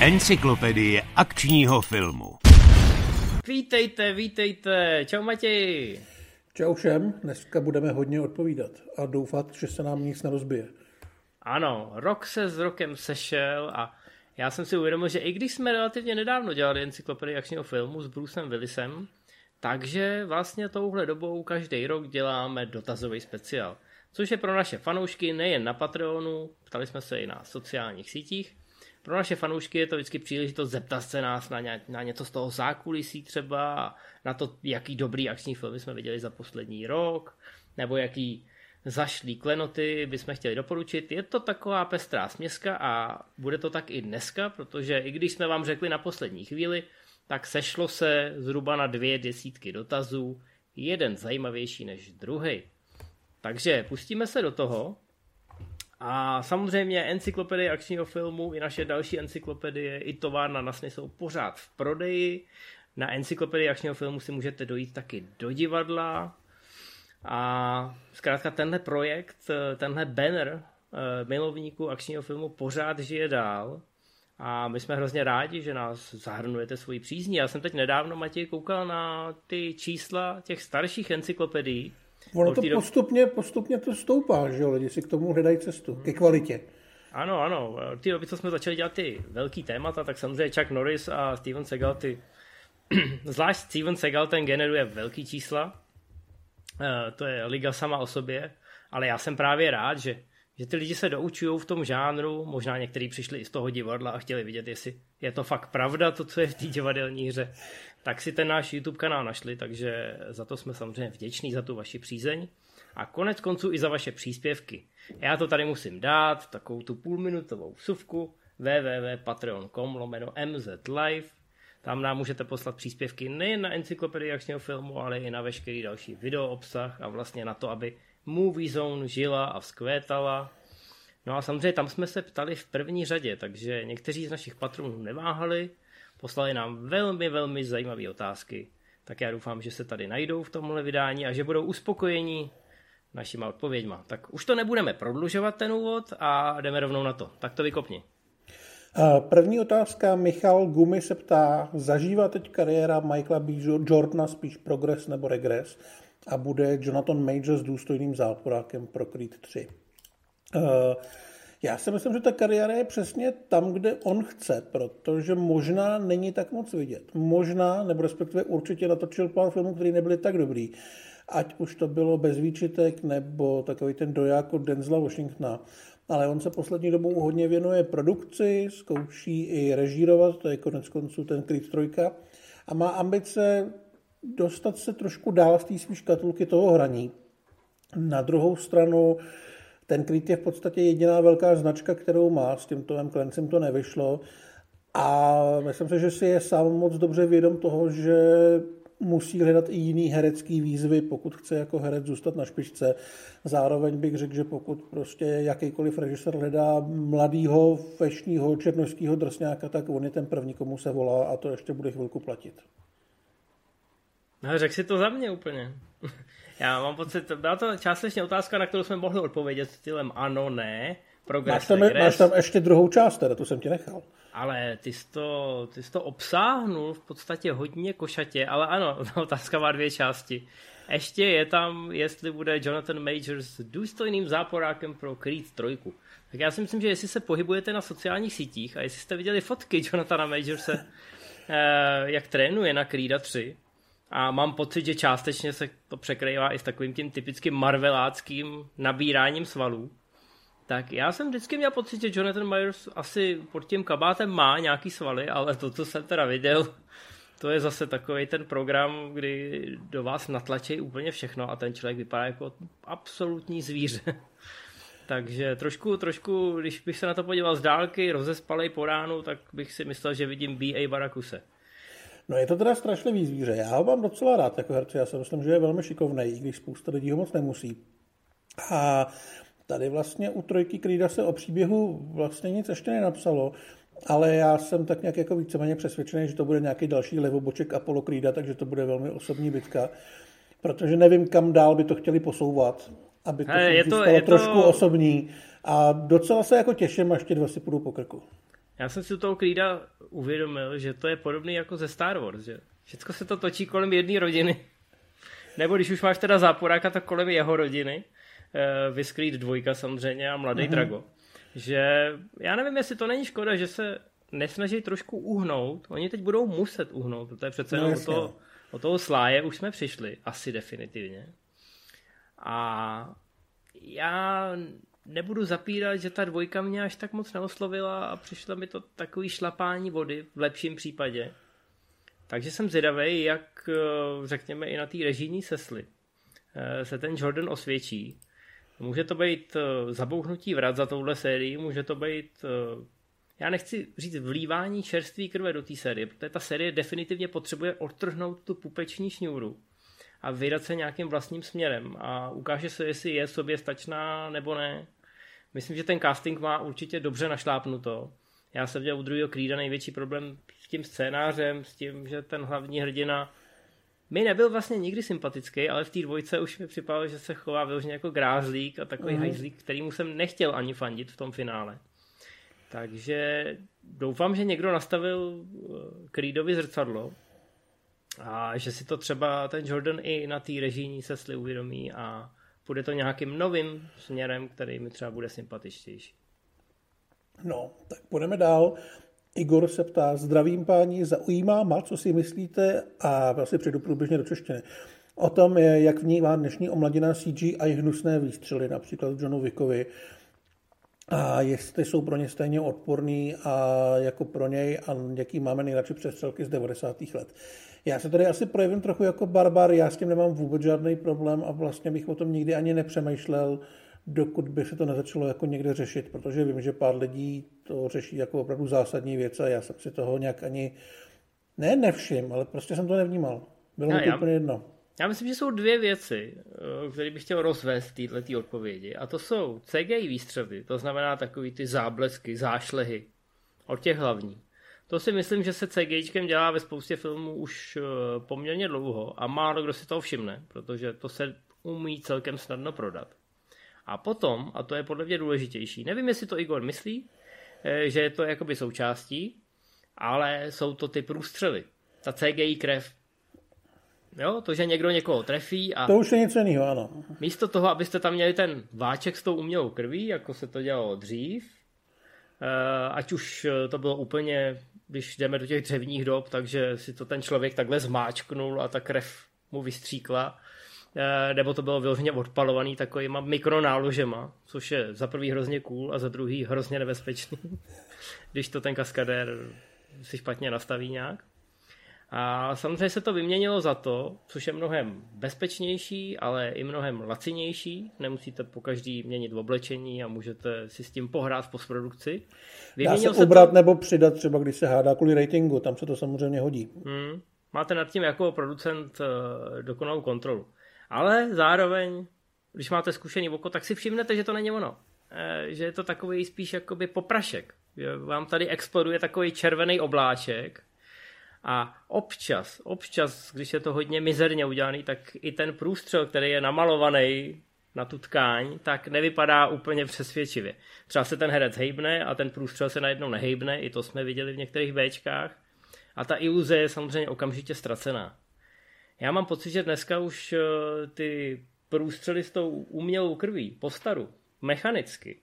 Encyklopedie akčního filmu. Vítejte. Čau Matěj. Čau všem, dneska budeme hodně odpovídat a doufat, že se nám nic nerozbije. Ano, rok se s rokem sešel a já jsem si uvědomil, že i když jsme relativně nedávno dělali encyklopedii akčního filmu s Brucem Willisem, takže vlastně touhle dobou každý rok děláme dotazový speciál. Což je pro naše fanoušky nejen na Patreonu, ptali jsme se i na sociálních sítích. Pro naše fanoušky je to vždycky příležitost zeptat se nás na něco z toho zákulisí třeba, na to, jaký dobrý akční filmy jsme viděli za poslední rok, nebo jaký zašlý klenoty bychom chtěli doporučit. Je to taková pestrá směska a bude to tak i dneska, protože i když jsme vám řekli na poslední chvíli, tak sešlo se zhruba na 200 dotazů, jeden zajímavější než druhý. Takže pustíme se do toho. A samozřejmě encyklopedie akčního filmu i naše další encyklopedie i továrna na sny jsou pořád v prodeji. Na encyklopedii akčního filmu si můžete dojít taky do divadla. A zkrátka tenhle projekt, tenhle banner milovníků akčního filmu pořád žije dál. A my jsme hrozně rádi, že nás zahrnujete svojí přízní. Já jsem teď nedávno, Matěj, koukal na ty čísla těch starších encyklopedií. Ono to postupně to stoupá, že jo, lidi si k tomu hledají cestu, ke kvalitě. Ano, od té doby, co jsme začali dělat ty velký témata, tak samozřejmě Chuck Norris a Steven Seagal, zvlášť Steven Seagal, ten generuje velký čísla, to je liga sama o sobě, ale já jsem právě rád, že ty lidi se doučují v tom žánru, možná někteří přišli i z toho divadla a chtěli vidět, jestli je to fakt pravda, to, co je v té divadelní hře, tak si ten náš YouTube kanál našli, takže za to jsme samozřejmě vděční, za tu vaši přízeň a konec konců i za vaše příspěvky. Já to tady musím dát, takovou tu půlminutovou vsuvku www.patreon.com/mzlive. Tam nám můžete poslat příspěvky nejen na encyklopedii akčního filmu, ale i na veškerý další video obsah a vlastně na to, aby Movie Zone žila a vzkvétala. No a samozřejmě tam jsme se ptali v první řadě, takže někteří z našich patronů neváhali, poslali nám velmi zajímavé otázky. Tak já doufám, že se tady najdou v tomhle vydání a že budou uspokojení našima odpověďma. Tak už to nebudeme prodlužovat ten úvod a jdeme rovnou na to. Tak to vykopni. První otázka, Michal Gumi se ptá, zažívá teď kariéra Michaela B. Jordana spíš progres nebo regres a bude Jonathan Majors důstojným záporákem pro Creed 3? Já si myslím, že ta kariéra je přesně tam, kde on chce, protože možná není tak moc vidět. Možná, nebo respektive určitě natočil pár filmů, které nebyly tak dobrý. Ať už to bylo Bez výčitek, nebo takový ten doják od Denzela Washingtona. Ale on se poslední dobou hodně věnuje produkci, zkouší i režírovat, to je konec konců ten Creed 3. A má ambice dostat se trošku dál z té svý škatulky toho hraní. Na druhou stranu ten Creed je v podstatě jediná velká značka, kterou má, s tím Tomem Clanceym to nevyšlo a myslím si, že si je sám moc dobře vědom toho, že musí hledat i jiný herecký výzvy, pokud chce jako herec zůstat na špičce. Zároveň bych řekl, že pokud prostě jakýkoliv režisér hledá mladýho, fešního, černošského drsňáka, tak on je ten první, komu se volá a to ještě bude chvilku platit. No, řekl si to za mě úplně. Já mám pocit, byla to částečně otázka, na kterou jsme mohli odpovědět stylem ano, ne, progres, máš tam ještě druhou část, teda tu jsem ti nechal. Ale ty jsi to obsáhnul v podstatě hodně košatě, ale ano, ta otázka má dvě části. Ještě je tam, jestli bude Jonathan Majors důstojným záporákem pro Creed 3. Tak já si myslím, že jestli se pohybujete na sociálních sítích a jestli jste viděli fotky Jonathana Majorse, jak trénuje na Creeda 3, a mám pocit, že částečně se to překrývá i s takovým tím typickým marveláckým nabíráním svalů. Tak já jsem vždycky měl pocit, že Jonathan Majors asi pod tím kabátem má nějaký svaly, ale to, co jsem teda viděl, to je zase takový ten program, kdy do vás natlačí úplně všechno a ten člověk vypadá jako absolutní zvíře. Takže trošku, když bych se na to podíval z dálky, rozespalej po ránu, tak bych si myslel, že vidím B.A. Barakuse. No je to teda strašlivý zvíře. Já ho mám docela rád jako herce. Já si myslím, že je velmi šikovnej, i když spousta lidí ho moc nemusí. A tady vlastně u trojky Creeda se o příběhu vlastně nic ještě nenapsalo, ale já jsem tak nějak jako víceméně přesvědčený, že to bude nějaký další levoboček Apollo Creeda, takže to bude velmi osobní bitka, protože nevím, kam dál by to chtěli posouvat, aby to zůstalo trošku osobní a docela se jako těším, až ti dva si půjdou po krku. Já jsem si u toho Creeda uvědomil, že to je podobný jako ze Star Wars, že všechno se to točí kolem jedné rodiny. Nebo když už máš teda záporáka, tak kolem jeho rodiny. Viz Creed 2 samozřejmě a mladý Drago. Že já nevím, jestli to není škoda, že se nesnaží trošku uhnout. Oni teď budou muset uhnout, protože přece o toho Sláje už jsme přišli. Asi definitivně. A já nebudu zapírat, že ta 2 mě až tak moc neoslovila a přišlo mi to takový šlapání vody v lepším případě. Takže jsem zvědavej, jak řekněme i na té režijní sesli se ten Jordan osvědčí. Může to být zabouchnutí vrat za touhle sérii, může to být, já nechci říct vlívání čerstvé krve do té série, protože ta série definitivně potřebuje odtrhnout tu pupeční šňůru a vydat se nějakým vlastním směrem a ukáže se, jestli je sobě stačná nebo ne. Myslím, že ten casting má určitě dobře našlápnuto. Já jsem měl u druhého Creeda největší problém s tím scénářem, s tím, že ten hlavní hrdina mi nebyl vlastně nikdy sympatický, ale v té 2 už mi připadalo, že se chová vyloženě jako grázlík a takový hajzlík, kterýmu jsem nechtěl ani fandit v tom finále. Takže doufám, že někdo nastavil Creedovi zrcadlo a že si to třeba ten Jordan i na té režijní sesli uvědomí a půjde to nějakým novým směrem, který mi třeba bude sympatičtější. No, tak půjdeme dál. Igor se ptá, zdravím páni, zaujímá, co si myslíte, a vlastně přejdu průběžně do češtiny, o tom, jak vnímá dnešní omladina CGI hnusné výstřely, například v Johnu Wickovi, a jestli jsou pro ně stejně odporný a jako pro něj a jaký máme nejradši přestřelky z 90. let. Já se tady asi projevím trochu jako barbar, já s tím nemám vůbec žádný problém a vlastně bych o tom nikdy ani nepřemýšlel, dokud by se to nezačalo jako někde řešit, protože vím, že pár lidí to řeší jako opravdu zásadní věc a já jsem si toho nějak ani nevšim, ale prostě jsem to nevnímal. Bylo mi to úplně jedno. Já myslím, že jsou dvě věci, které bych chtěl rozvést v této odpovědi, a to jsou CGI výstřely, to znamená takový ty záblesky, zášlehy od těch hlavní. To si myslím, že se CGIčkem dělá ve spoustě filmů už poměrně dlouho a málo kdo si toho všimne, protože to se umí celkem snadno prodat. A potom, a to je podle mě důležitější, nevím, jestli to Igor myslí, že je to jakoby součástí, ale jsou to ty průstřely, ta CGI krev. Jo, to, že někdo někoho trefí a... To už je něco jiného, ano. Místo toho, abyste tam měli ten váček s tou umělou krví, jako se to dělalo dřív, ať už to bylo úplně, když jdeme do těch dřevních dob, takže si to ten člověk takhle zmáčknul a ta krev mu vystříkla, nebo to bylo vyloženě odpalovaný takovýma mikronáložema, což je za prvý hrozně cool a za druhý hrozně nebezpečný, když to ten kaskadér si špatně nastaví nějak. A samozřejmě se to vyměnilo za to, což je mnohem bezpečnější, ale i mnohem lacinější. Nemusíte pokaždý měnit oblečení a můžete si s tím pohrát v postprodukci. Dá se ubrat nebo přidat třeba, když se hádá kvůli ratingu, tam se to samozřejmě hodí. Máte nad tím jako producent dokonalou kontrolu. Ale zároveň, když máte zkušený oko, tak si všimnete, že to není ono. Že je to takový spíš jakoby poprašek. Že vám tady exploduje takový červený obláček. A občas, když je to hodně mizerně udělaný, tak i ten průstřel, který je namalovaný na tu tkáň, tak nevypadá úplně přesvědčivě. Třeba se ten herec hejbne a ten průstřel se najednou nehejbne, i to jsme viděli v některých Bčkách. A ta iluze je samozřejmě okamžitě ztracená. Já mám pocit, že dneska už ty průstřely s tou umělou krví, postaru, mechanicky,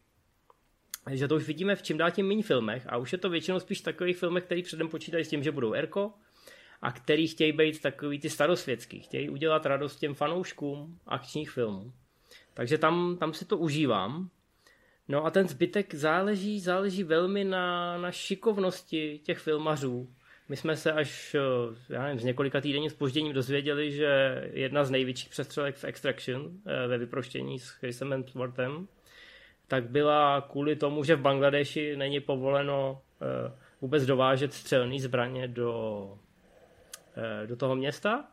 že to už vidíme v čím dál tím méně filmech a už je to většinou spíš v takových filmech, který předem počítají s tím, že budou erko a který chtějí být takový ty starosvětský, chtějí udělat radost těm fanouškům akčních filmů. Takže tam si to užívám. No a ten zbytek záleží velmi na šikovnosti těch filmařů. My jsme se až s několika týdenním zpožděním dozvěděli, že jedna z největších přestřelek v Extraction ve Vyproštění s Chrisem Hemsworthem tak byla kvůli tomu, že v Bangladeši není povoleno vůbec dovážet střelné zbraně do toho města,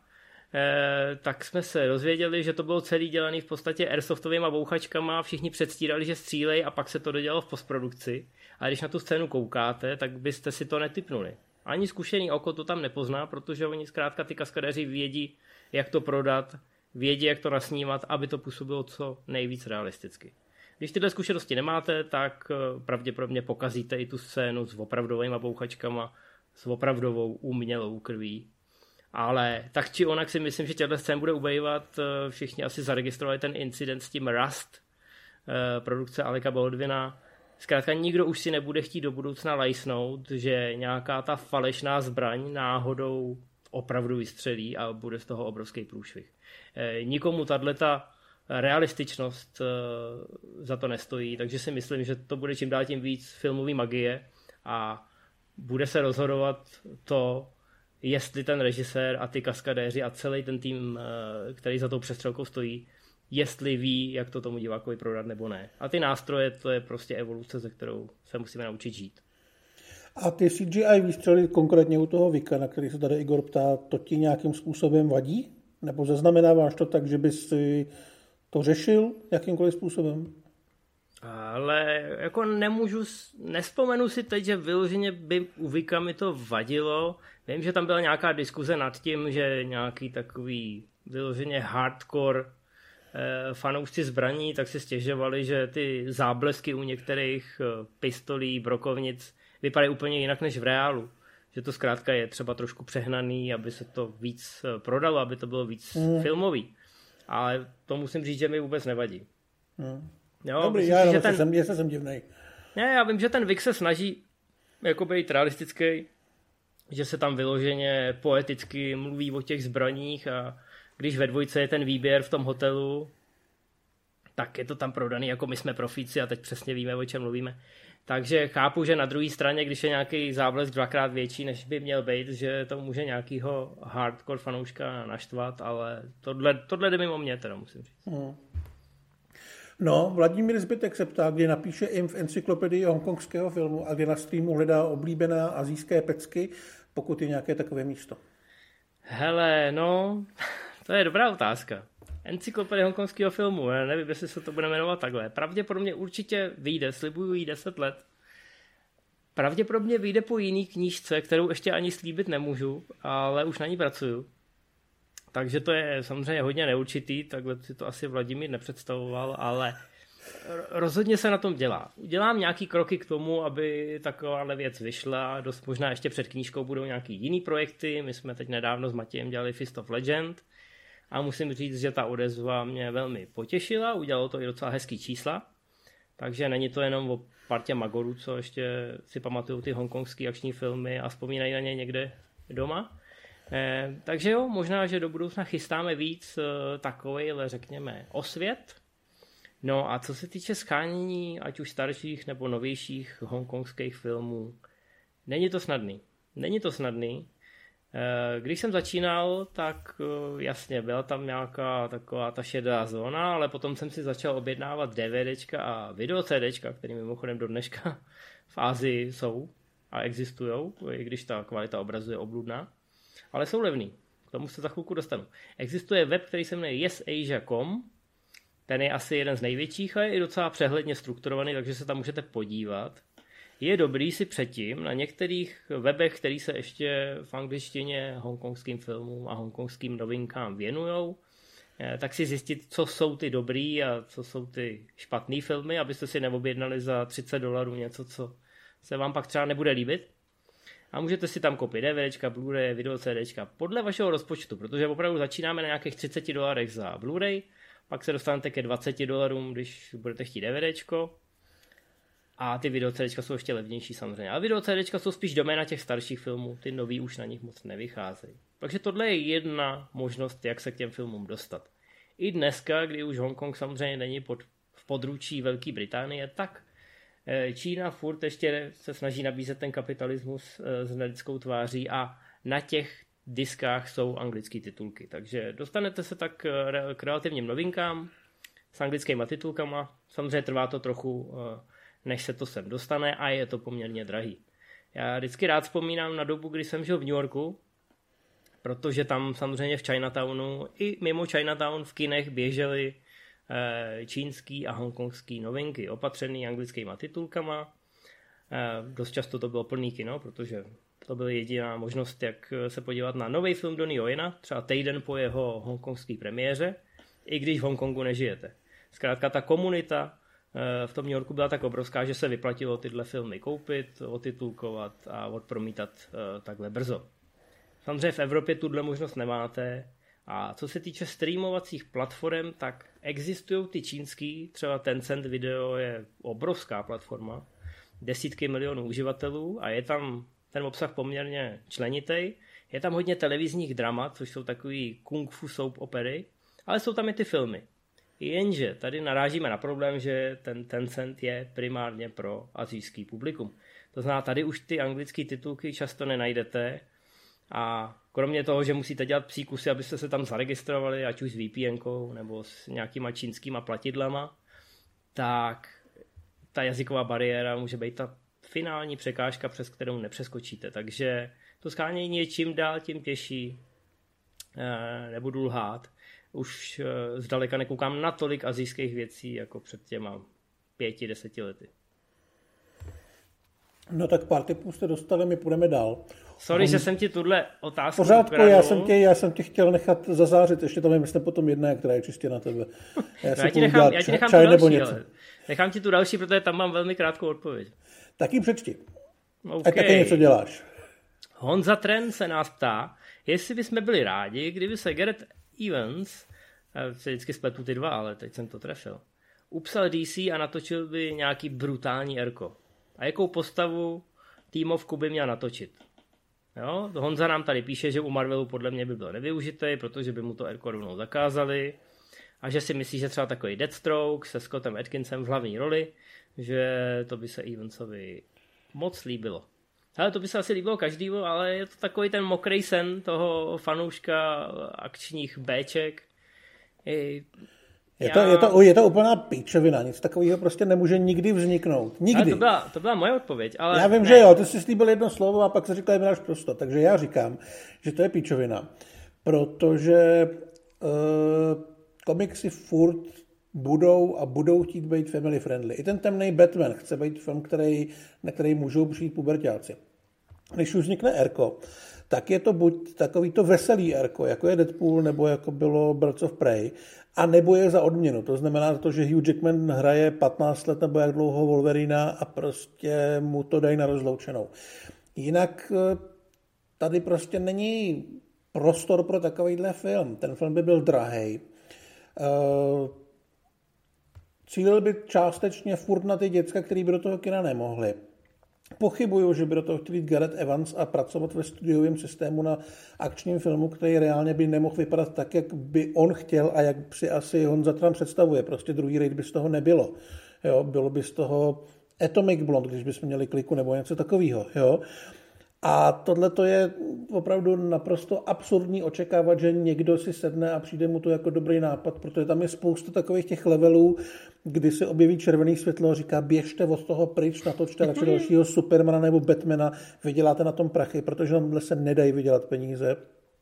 tak jsme se dozvěděli, že to bylo celý dělaný v podstatě airsoftovýma bouchačkama, všichni předstírali, že střílejí a pak se to dodělalo v postprodukci. A když na tu scénu koukáte, tak byste si to netipnuli. Ani zkušený oko to tam nepozná, protože oni zkrátka ty kaskadéři vědí, jak to prodat, vědí, jak to nasnímat, aby to působilo co nejvíc realisticky. Když tyhle zkušenosti nemáte, tak pravděpodobně pokazíte i tu scénu s opravdovými bouchačkama, s opravdovou umělou krví. Ale tak či onak si myslím, že těchto scén bude ubejvat. Všichni asi zaregistrovali ten incident s tím Rust, produkce Aleka Baldwina. Zkrátka nikdo už si nebude chtít do budoucna lajsnout, že nějaká ta falešná zbraň náhodou opravdu vystřelí a bude z toho obrovský průšvih. Nikomu tato realističnost za to nestojí, takže si myslím, že to bude čím dál tím víc filmový magie a bude se rozhodovat to, jestli ten režisér a ty kaskadéři a celý ten tým, který za tou přestřelkou stojí, jestli ví, jak to tomu divákovi prodat nebo ne. A ty nástroje, to je prostě evoluce, ze kterou se musíme naučit žít. A ty CGI výstřely konkrétně u toho Vika, na který se tady Igor ptá, to ti nějakým způsobem vadí? Nebo zaznamenáváš to tak, že bys si to řešil jakýmkoliv způsobem? Ale jako nespomenu si teď, že vyloženě by u Vika mi to vadilo. Vím, že tam byla nějaká diskuze nad tím, že nějaký takový vyloženě hardcore fanoušci zbraní, tak si stěžovali, že ty záblesky u některých pistolí, brokovnic vypadají úplně jinak než v reálu. Že to zkrátka je třeba trošku přehnaný, aby se to víc prodalo, aby to bylo víc filmový. Ale to musím říct, že mi vůbec nevadí. Jo, dobrý, já jsem divnej. Já vím, že ten Vic se snaží jako být realistický, že se tam vyloženě poeticky mluví o těch zbraních a když ve dvojce je ten výběr v tom hotelu, tak je to tam prodaný jako my jsme profíci a teď přesně víme, o čem mluvíme. Takže chápu, že na druhé straně, když je nějaký záblesk dvakrát větší, než by měl být, že to může nějakýho hardcore fanouška naštvat, ale tohle jde mimo mě, teda musím říct. No, Vladimír Zbytek se ptá, kdy napíše v encyklopedii hongkongského filmu a kdy na streamu hledá oblíbená asijské pecky, pokud je nějaké takové místo. Hele, no, to je dobrá otázka. Encyklopedie hongkongského filmu, já nevím, jestli se to bude jmenovat takhle. Pravděpodobně určitě vyjde, slibuju jí 10 let. Pravděpodobně vyjde po jiný knížce, kterou ještě ani slíbit nemůžu, ale už na ní pracuju. Takže to je samozřejmě hodně neurčitý, takhle si to asi Vladimír nepředstavoval, ale rozhodně se na tom dělá. Udělám nějaký kroky k tomu, aby takováhle věc vyšla, dost možná ještě před knížkou budou nějaký jiný projekty, my jsme teď nedávno s Matějem dělali Fist of Legend a musím říct, že ta odezva mě velmi potěšila, udělalo to i docela hezký čísla, takže není to jenom o partě magorů, co ještě si pamatují ty hongkongský akční filmy a vzpomínají na ně někde doma. Takže jo, možná, že do budoucna chystáme víc takovejhle, řekněme, osvět. No a co se týče shánění, ať už starších nebo novějších hongkongských filmů, není to snadný. Když jsem začínal, tak jasně, byla tam nějaká taková ta šedá zóna, ale potom jsem si začal objednávat DVDčka a video CDčka, které mimochodem do dneška v Asii jsou a existujou, i když ta kvalita obrazu je obludná. Ale jsou levný. K tomu se za chvilku dostanu. Existuje web, který se jmenuje yesasia.com. Ten je asi jeden z největších a je i docela přehledně strukturovaný, takže se tam můžete podívat. Je dobrý si předtím na některých webech, který se ještě v angličtině hongkongským filmům a hongkongským novinkám věnujou, tak si zjistit, co jsou ty dobrý a co jsou ty špatný filmy, abyste si neobjednali za $30 něco, co se vám pak třeba nebude líbit. A můžete si tam koupit DVDčka, Blu-ray, video CDčka podle vašeho rozpočtu, protože opravdu začínáme na nějakých $30 za Blu-ray, pak se dostanete ke $20, když budete chtít DVDčko. A ty video CDčka jsou ještě levnější samozřejmě. Ale video CDčka jsou spíš doména těch starších filmů, ty nový už na nich moc nevycházejí. Takže tohle je jedna možnost, jak se k těm filmům dostat. I dneska, kdy už Hongkong samozřejmě není v područí Velké Británie, tak Čína furt ještě se snaží nabízet ten kapitalismus s nelidskou tváří a na těch diskách jsou anglické titulky. Takže dostanete se tak k relativním novinkám s anglickýma titulkama. Samozřejmě trvá to trochu, než se to sem dostane a je to poměrně drahý. Já vždycky rád vzpomínám na dobu, kdy jsem žil v New Yorku, protože tam samozřejmě v Chinatownu i mimo Chinatown v kinech běžely čínský a hongkongský novinky opatřený anglickýma titulkama. Dost často to bylo plný kino, protože to byla jediná možnost, jak se podívat na nový film Donnieho Yena, třeba týden po jeho hongkongské premiéře, i když v Hongkongu nežijete. Zkrátka ta komunita v tom New Yorku byla tak obrovská, že se vyplatilo tyhle filmy koupit, otitulkovat a odpromítat takhle brzo. Samozřejmě v Evropě tuhle možnost nemáte. A co se týče streamovacích platform, tak existují ty čínský, třeba Tencent Video je obrovská platforma, desítky milionů uživatelů a je tam ten obsah poměrně členitej. Je tam hodně televizních dramat, což jsou takový kung fu soap opery, ale jsou tam i ty filmy. Jenže tady narážíme na problém, že ten Tencent je primárně pro asijský publikum. To znamená, tady už ty anglické titulky často nenajdete a kromě toho, že musíte dělat psí kusy, abyste se tam zaregistrovali, ať už s VPNkou nebo s nějakýma čínskýma platidlama, tak ta jazyková bariéra může být ta finální překážka, přes kterou nepřeskočíte. Takže to shánění je čím dál tím těžší, nebudu lhát. Už zdaleka nekoukám na tolik asijských věcí, jako před těma 5-10 lety. No tak pár tipů jste dostali, my půjdeme dál. Sorry, že jsem ti tuhle otázku pořádku, já jsem tě chtěl nechat zazářit, ještě tam je myslím potom jedna, která je čistě na tebe. Já ti nechám tu další, ale nechám ti tu další, protože tam mám velmi krátkou odpověď. Tak ji přečti. Okay. Ať taky něco děláš. Honza Tren se nás ptá, jestli bychom byli rádi, kdyby se Gareth Evans, já se vždycky spletu ty dva, ale teď jsem to trefil, upsal DC a natočil by nějaký brutální erko. A jakou postavu týmovku by měl natočit? Jo? Honza nám tady píše, že u Marvelu podle mě by byl nevyužitý, protože by mu to erko rovnou zakázali a že si myslí, že třeba takový Deathstroke se Scottem Atkinsem v hlavní roli, že to by se Evansovi moc líbilo. Ale to by se asi líbilo každému, ale je to takový ten mokrý sen toho fanouška akčních béček. Je to úplná píčovina, nic takového prostě nemůže nikdy vzniknout. Nikdy. To byla moje odpověď. Ale já vím, že jo, ty jsi slíbil jedno slovo a pak se říkal, že máš prosto. Takže já říkám, že to je píčovina. Protože komiksy furt budou chtít být family friendly. I ten temnej Batman chce být film, na který můžou přijít puberťáci. Když už vznikne erko, tak je to buď takový to veselý erko, jako je Deadpool, nebo jako bylo Birds of Prey, a nebo je za odměnu. To znamená to, že Hugh Jackman hraje 15 let nebo jak dlouho Wolverina a prostě mu to dají na rozloučenou. Jinak tady prostě není prostor pro takovýhle film. Ten film by byl drahej. Cílil by částečně furt na ty děcka, který by do toho kina nemohli. Pochybuju, že by do toho chtěl jít Gareth Evans a pracovat ve studiovém systému na akčním filmu, který reálně by nemohl vypadat tak, jak by on chtěl a jak si asi Honza tam představuje. Prostě druhý raid by z toho nebylo. Jo? Bylo by z toho Atomic Blonde, když bychom měli Kliku nebo něco takového. Jo? A tohle to je opravdu naprosto absurdní očekávat, že někdo si sedne a přijde mu to jako dobrý nápad, protože tam je spousta takových těch levelů, kdy se objeví červený světlo a říká, běžte od toho pryč, natočte radši dalšího Supermana nebo Batmana, vyděláte na tom prachy, protože tam se nedají vydělat peníze.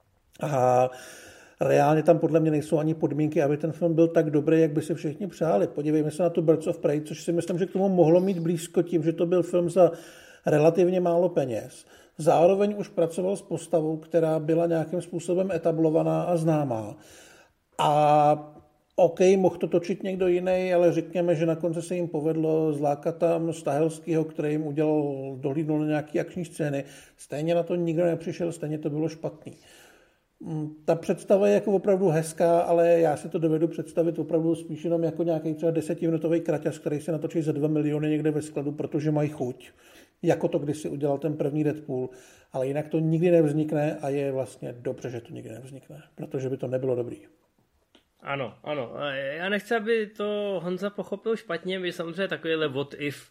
A reálně tam podle mě nejsou ani podmínky, aby ten film byl tak dobrý, jak by si všichni přáli. Podívejme se na tu Birds of Prey, což si myslím, že k tomu mohlo mít blízko tím, že to byl film za relativně málo peněz. Zároveň už pracoval s postavou, která byla nějakým způsobem etablovaná a známá. A OK, mohl to točit někdo jiný, ale řekněme, že na konci se jim povedlo zlákat tam Stahelskýho, který jim dohlídnul na nějaké akční scény. Stejně na to nikdo nepřišel, stejně to bylo špatný. Ta představa je jako opravdu hezká, ale já si to dovedu představit opravdu spíš jenom jako nějaký třeba 10minutový kraťas, který se natočí za 2 miliony někde ve skladu, protože mají chuť. Jako to kdysi udělal ten první Deadpool, ale jinak to nikdy nevznikne a je vlastně dobře, že to nikdy nevznikne, protože by to nebylo dobrý. Ano. Já nechci, aby to Honza pochopil špatně, my samozřejmě takovýhle what if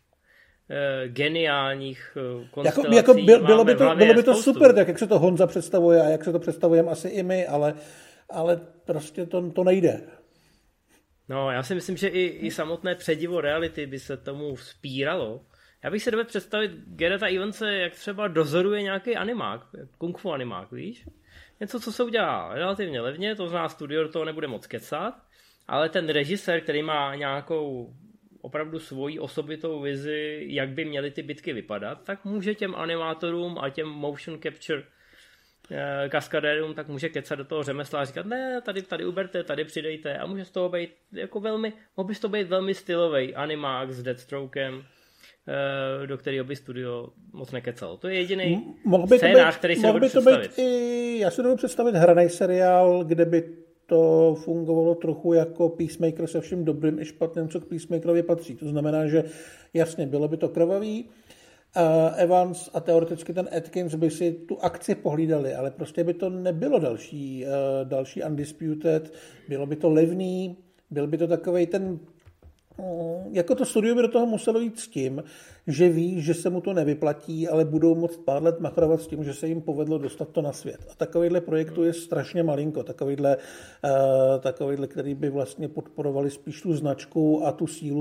geniálních konstelací jako bylo by to super, tak jak se to Honza představuje a jak se to představujeme asi i my, ale prostě to nejde. No, já si myslím, že i samotné předivo reality by se tomu vzpíralo. Já bych si dovedl představit Garetha Evanse, jak třeba dozoruje nějaký animák, kung fu animák, víš? Něco, co se udělá relativně levně, to znamená studio do toho nebude moc kecat, ale ten režisér, který má nějakou opravdu svoji osobitou vizi, jak by měly ty bitky vypadat, tak může těm animátorům a těm motion capture kaskadérům, tak může kecat do toho řemesla a říkat, ne, tady uberte, tady přidejte a může z toho být jako mohl by to být velmi stylový animák s Deathstrokem, do kterého by studio moc nekecalo. To je jediný scénář, který si dovedu představit. Já si dovedu představit hraný seriál, kde by to fungovalo trochu jako Peacemaker se vším dobrým i špatným, co k Peacemakerovi patří. To znamená, že jasně, bylo by to krvavý, Evans a teoreticky ten Atkins by si tu akci pohlídali, ale prostě by to nebylo další Undisputed, bylo by to levný, byl by to takovej ten, jako to studio by do toho muselo jít s tím, že ví, že se mu to nevyplatí, ale budou moct pár let machrovat s tím, že se jim povedlo dostat to na svět. A takovýhle projektu je strašně malinko, takovýhle, který by vlastně podporovali spíš tu značku a tu sílu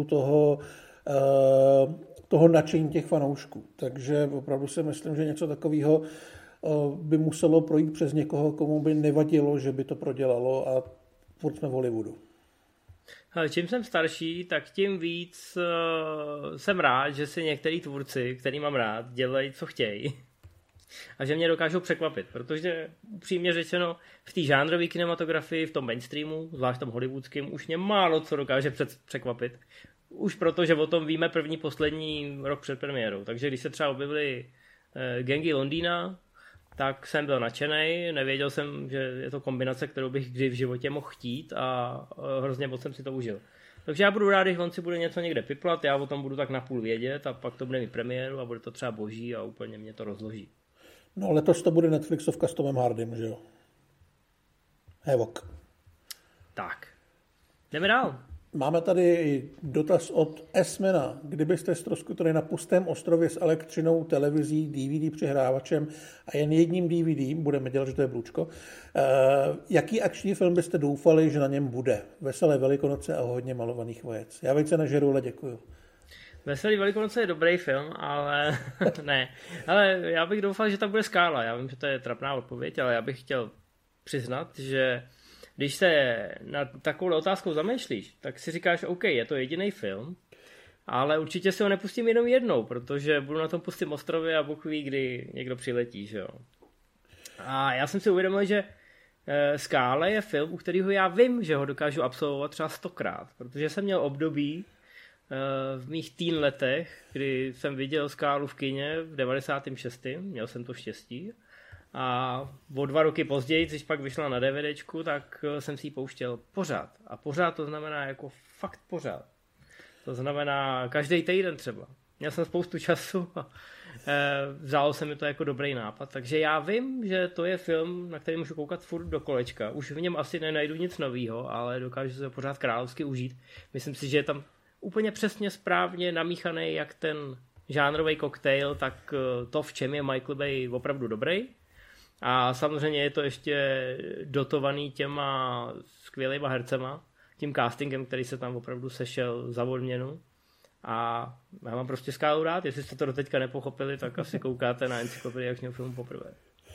toho nadšení těch fanoušků. Takže opravdu si myslím, že něco takového by muselo projít přes někoho, komu by nevadilo, že by to prodělalo a furt jsme v Hollywoodu. Čím jsem starší, tak tím víc jsem rád, že si některý tvůrci, který mám rád, dělají, co chtějí. A že mě dokážou překvapit, protože upřímně řečeno v té žánrové kinematografii, v tom mainstreamu, zvlášť tom hollywoodském, už mě málo co dokáže překvapit. Už proto, že o tom víme poslední rok před premiérou. Takže když se třeba objevily Gangy Londýna, tak jsem byl nadšenej, nevěděl jsem, že je to kombinace, kterou bych kdy v životě mohl chtít a hrozně moc jsem si to užil. Takže já budu rád, když on si bude něco někde piplat, já o tom budu tak napůl vědět a pak to bude mít premiéru a bude to třeba boží a úplně mě to rozloží. No letos to bude Netflixovka s Tomem Hardym, že jo? Hevok. Tak, jdeme dál. Máme tady dotaz od Esmena. Kdybyste ztroskotali na pustém ostrově s elektřinou, televizí, DVD přehrávačem a jen jedním DVD, budeme dělat, že to je Blůčko, jaký akční film byste doufali, že na něm bude? Veselé Velikonoce a hodně malovaných vajec. Já vejce nežeru, ale děkuju. Veselý Velikonoce je dobrý film, ale ne. Ale já bych doufal, že tam bude Skála. Já vím, že to je trapná odpověď, ale já bych chtěl přiznat, že když se na takovou otázkou zamýšlíš, tak si říkáš, OK, je to jediný film, ale určitě si ho nepustím jenom jednou, protože budu na tom pustým ostrově a Bůh ví, kdy někdo přiletí, že jo. A já jsem si uvědomil, že Skála je film, u kterého já vím, že ho dokážu absolvovat třeba 100krát, protože jsem měl období v mých teen letech, kdy jsem viděl Skálu v kině v 96. Měl jsem to štěstí. A o 2 roky později, když pak vyšla na DVDčku, tak jsem si ji pouštěl pořád. A pořád to znamená jako fakt pořád. To znamená každý týden třeba. Měl jsem spoustu času a vzalo se mi to jako dobrý nápad. Takže já vím, že to je film, na který můžu koukat furt do kolečka. Už v něm asi nenajdu nic nového, ale dokážu se ho pořád královsky užít. Myslím si, že je tam úplně přesně správně namíchaný jak ten žánrový koktejl, tak to, v čem je Michael Bay opravdu dobrý. A samozřejmě je to ještě dotovaný těma skvělýma hercema, tím castingem, který se tam opravdu sešel za odměnu. A já mám prostě Skálu rád, jestli jste to doteďka nepochopili, tak asi koukáte na encyklopedii akčního filmu poprvé.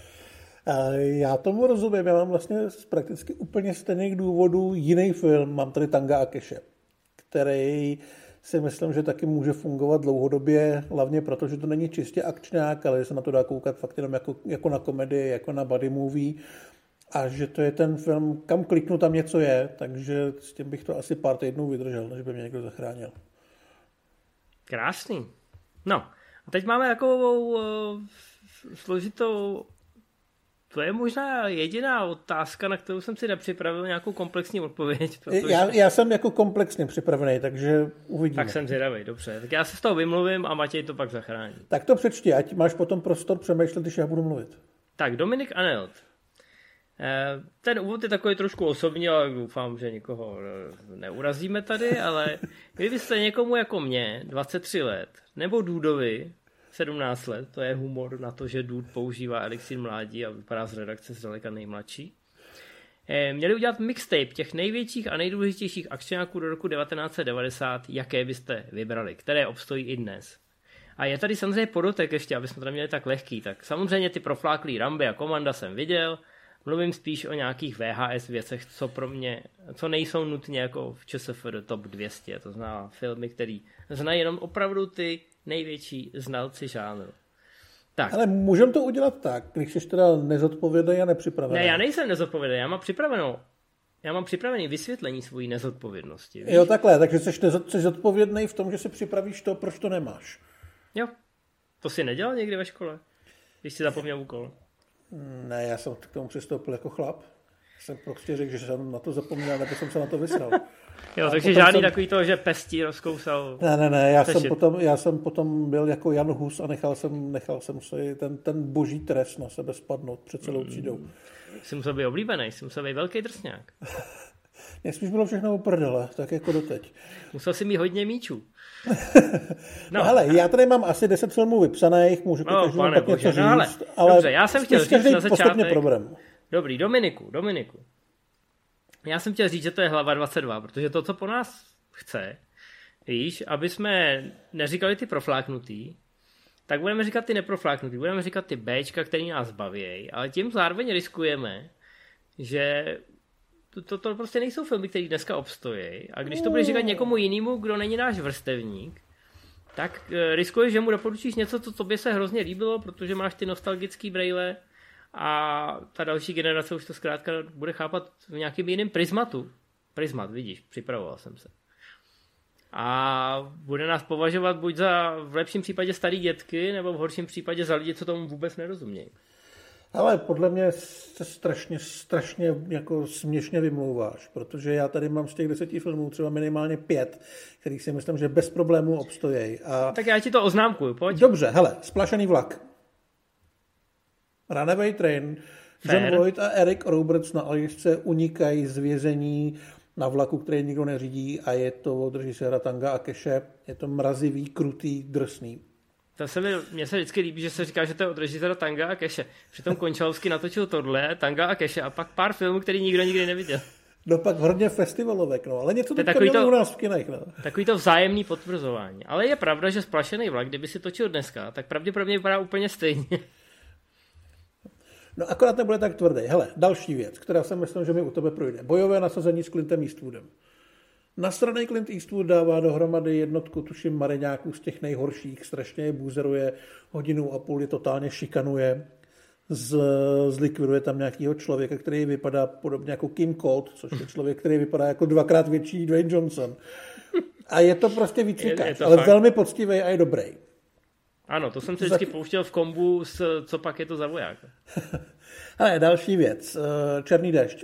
Já tomu rozumím, já mám vlastně z prakticky úplně stejných důvodů jiný film, mám tady Tanga a Keše, který si myslím, že taky může fungovat dlouhodobě, hlavně proto, že to není čistě akčňák, ale že se na to dá koukat fakt jenom jako na komedii, jako na buddy movie a že to je ten film, kam kliknu, tam něco je, takže s tím bych to asi pár týdnů vydržel, než by mě někdo zachránil. Krásný. No, a teď máme takovou složitou. To je možná jediná otázka, na kterou jsem si nepřipravil nějakou komplexní odpověď. Protože... Já jsem jako komplexně připravený, takže uvidíme. Tak jsem zvědavý, dobře. Tak já se z toho vymluvím a Matěj to pak zachrání. Tak to přečti, ať máš potom prostor přemýšlet, když já budu mluvit. Tak, Dominik Anelt. Ten úvod je takový trošku osobní, ale doufám, že nikoho neurazíme tady, ale kdybyste někomu jako mě, 23 let, nebo Dudovi, 17 let, to je humor na to, že Dude používá elixír mládí a vypadá z redakce zdaleka nejmladší, měli udělat mixtape těch největších a nejdůležitějších akčňáků do roku 1990, jaké byste vybrali, které obstojí i dnes. A je tady samozřejmě podotek ještě, aby jsme to měli tak lehký, tak samozřejmě ty profláklý Ramby a Komanda jsem viděl, mluvím spíš o nějakých VHS věcech, co nejsou nutně jako v ČSFD top 200, to znamená filmy, který znají jenom opravdu ty největší znalci žánru. Tak. Ale můžeme to udělat tak, když jsi teda nezodpovědný a nepřipravený. Ne, já nejsem nezodpovědný, já mám připravený vysvětlení svojí nezodpovědnosti. Víš? Jo, takhle, takže jsi zodpovědný v tom, že si připravíš to, proč to nemáš. Jo, to si nedělal někdy ve škole, když jsi zapomněl úkol. Ne, já jsem k tomu přistoupil jako chlap. Jsem prostě řekl, že jsem na to zapomněl, nebo jsem se na to vysral. Jo, takže žádný takový to, že pestí rozkousal. Ne, já jsem potom byl jako Jan Hus a nechal jsem si ten boží trest na sebe spadnout před celou třídou. Jsi musel být oblíbený, jsi musel být velký drsňák. Mně spíš bylo všechno uprdele, tak jako doteď. Musel si mít hodně míčů. No hele, já tady mám asi 10 filmů vypsaných, můžu to každému pak něco říct, ale dobře, já jsem chtěl říct na začátek. Dobrý, Dominiku. Já jsem chtěl říct, že to je hlava 22, protože to, co po nás chce, víš, aby jsme neříkali ty profláknutý, tak budeme říkat ty neprofláknutý, budeme říkat ty Bčka, který nás baví, ale tím zároveň riskujeme, že to prostě nejsou filmy, které dneska obstojí. A když to budeš říkat někomu jinému, kdo není náš vrstevník, tak riskuješ, že mu doporučíš něco, co tobě se hrozně líbilo, protože máš ty nostalgický brejle a ta další generace už to zkrátka bude chápat v nějakým jiném prismatu. Prismat, vidíš, připravoval jsem se. A bude nás považovat buď za v lepším případě starý dětky, nebo v horším případě za lidi, co tomu vůbec nerozumějí. Ale podle mě se strašně jako směšně vymlouváš, protože já tady mám z těch 10 filmů třeba minimálně 5, kterých si myslím, že bez problémů obstojí. A... Tak já ti to oznámkuju, pojď. Dobře, hele, Splašený vlak. Runaway Train. Fair. John Voight a Eric Roberts na Aljašce unikají z vězení na vlaku, který nikdo neřídí, a je to od režiséra Tanga a Keše. Je to mrazivý, krutý, drsný. Mně se vždycky líbí, že se říká, že to je od režiséra Tanga a Keše. Přitom Končalovský natočil tohle, Tanga a Keše, a pak pár filmů, který nikdo nikdy neviděl. No pak hodně festivalovek, no, ale něco teďka mělo u nás v kinech, no. Takový to vzájemný potvrzování. Ale je pravda, že Splašený vlak, kdyby si točil dneska, tak pravděpodobně vypadá úplně stejně. No akorát nebude tak tvrdý. Hele, další věc, která si myslím, že mi u tebe projde. Bojové nasazení s Clintem Eastwoodem. Nasranej Clint Eastwood dává dohromady jednotku, tuším, mareňáků z těch nejhorších, strašně je buzeruje, 1,5 hodiny je totálně šikanuje, zlikviduje tam nějakého člověka, který vypadá podobně jako Kim Colt, což je člověk, který vypadá jako 2x větší Dwayne Johnson. A je to prostě výcvikač, ale fakt velmi poctivý a je dobrý. Ano, to jsem si vždycky pouštěl v kombu s Co pak je to za voják. Ale další věc, Černý déšť.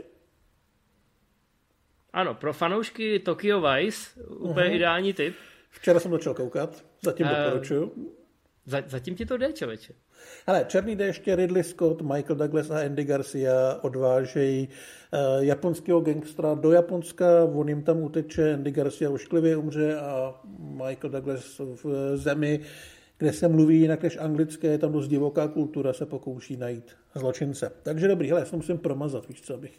Ano, pro fanoušky Tokyo Vice úplně ideální tip. Včera jsem začal koukat, zatím doporučuju. Zatím ti to jde, člověče. Hele, Černý déšť, Ridley Scott, Michael Douglas a Andy Garcia odvážejí japonského gangstra do Japonska, on jim tam uteče, Andy Garcia ošklivě umře a Michael Douglas v zemi, kde se mluví jinak než anglické, je tam dost divoká kultura, se pokouší najít zločince. Takže dobrý, hele, já se musím promazat, víš co, abych...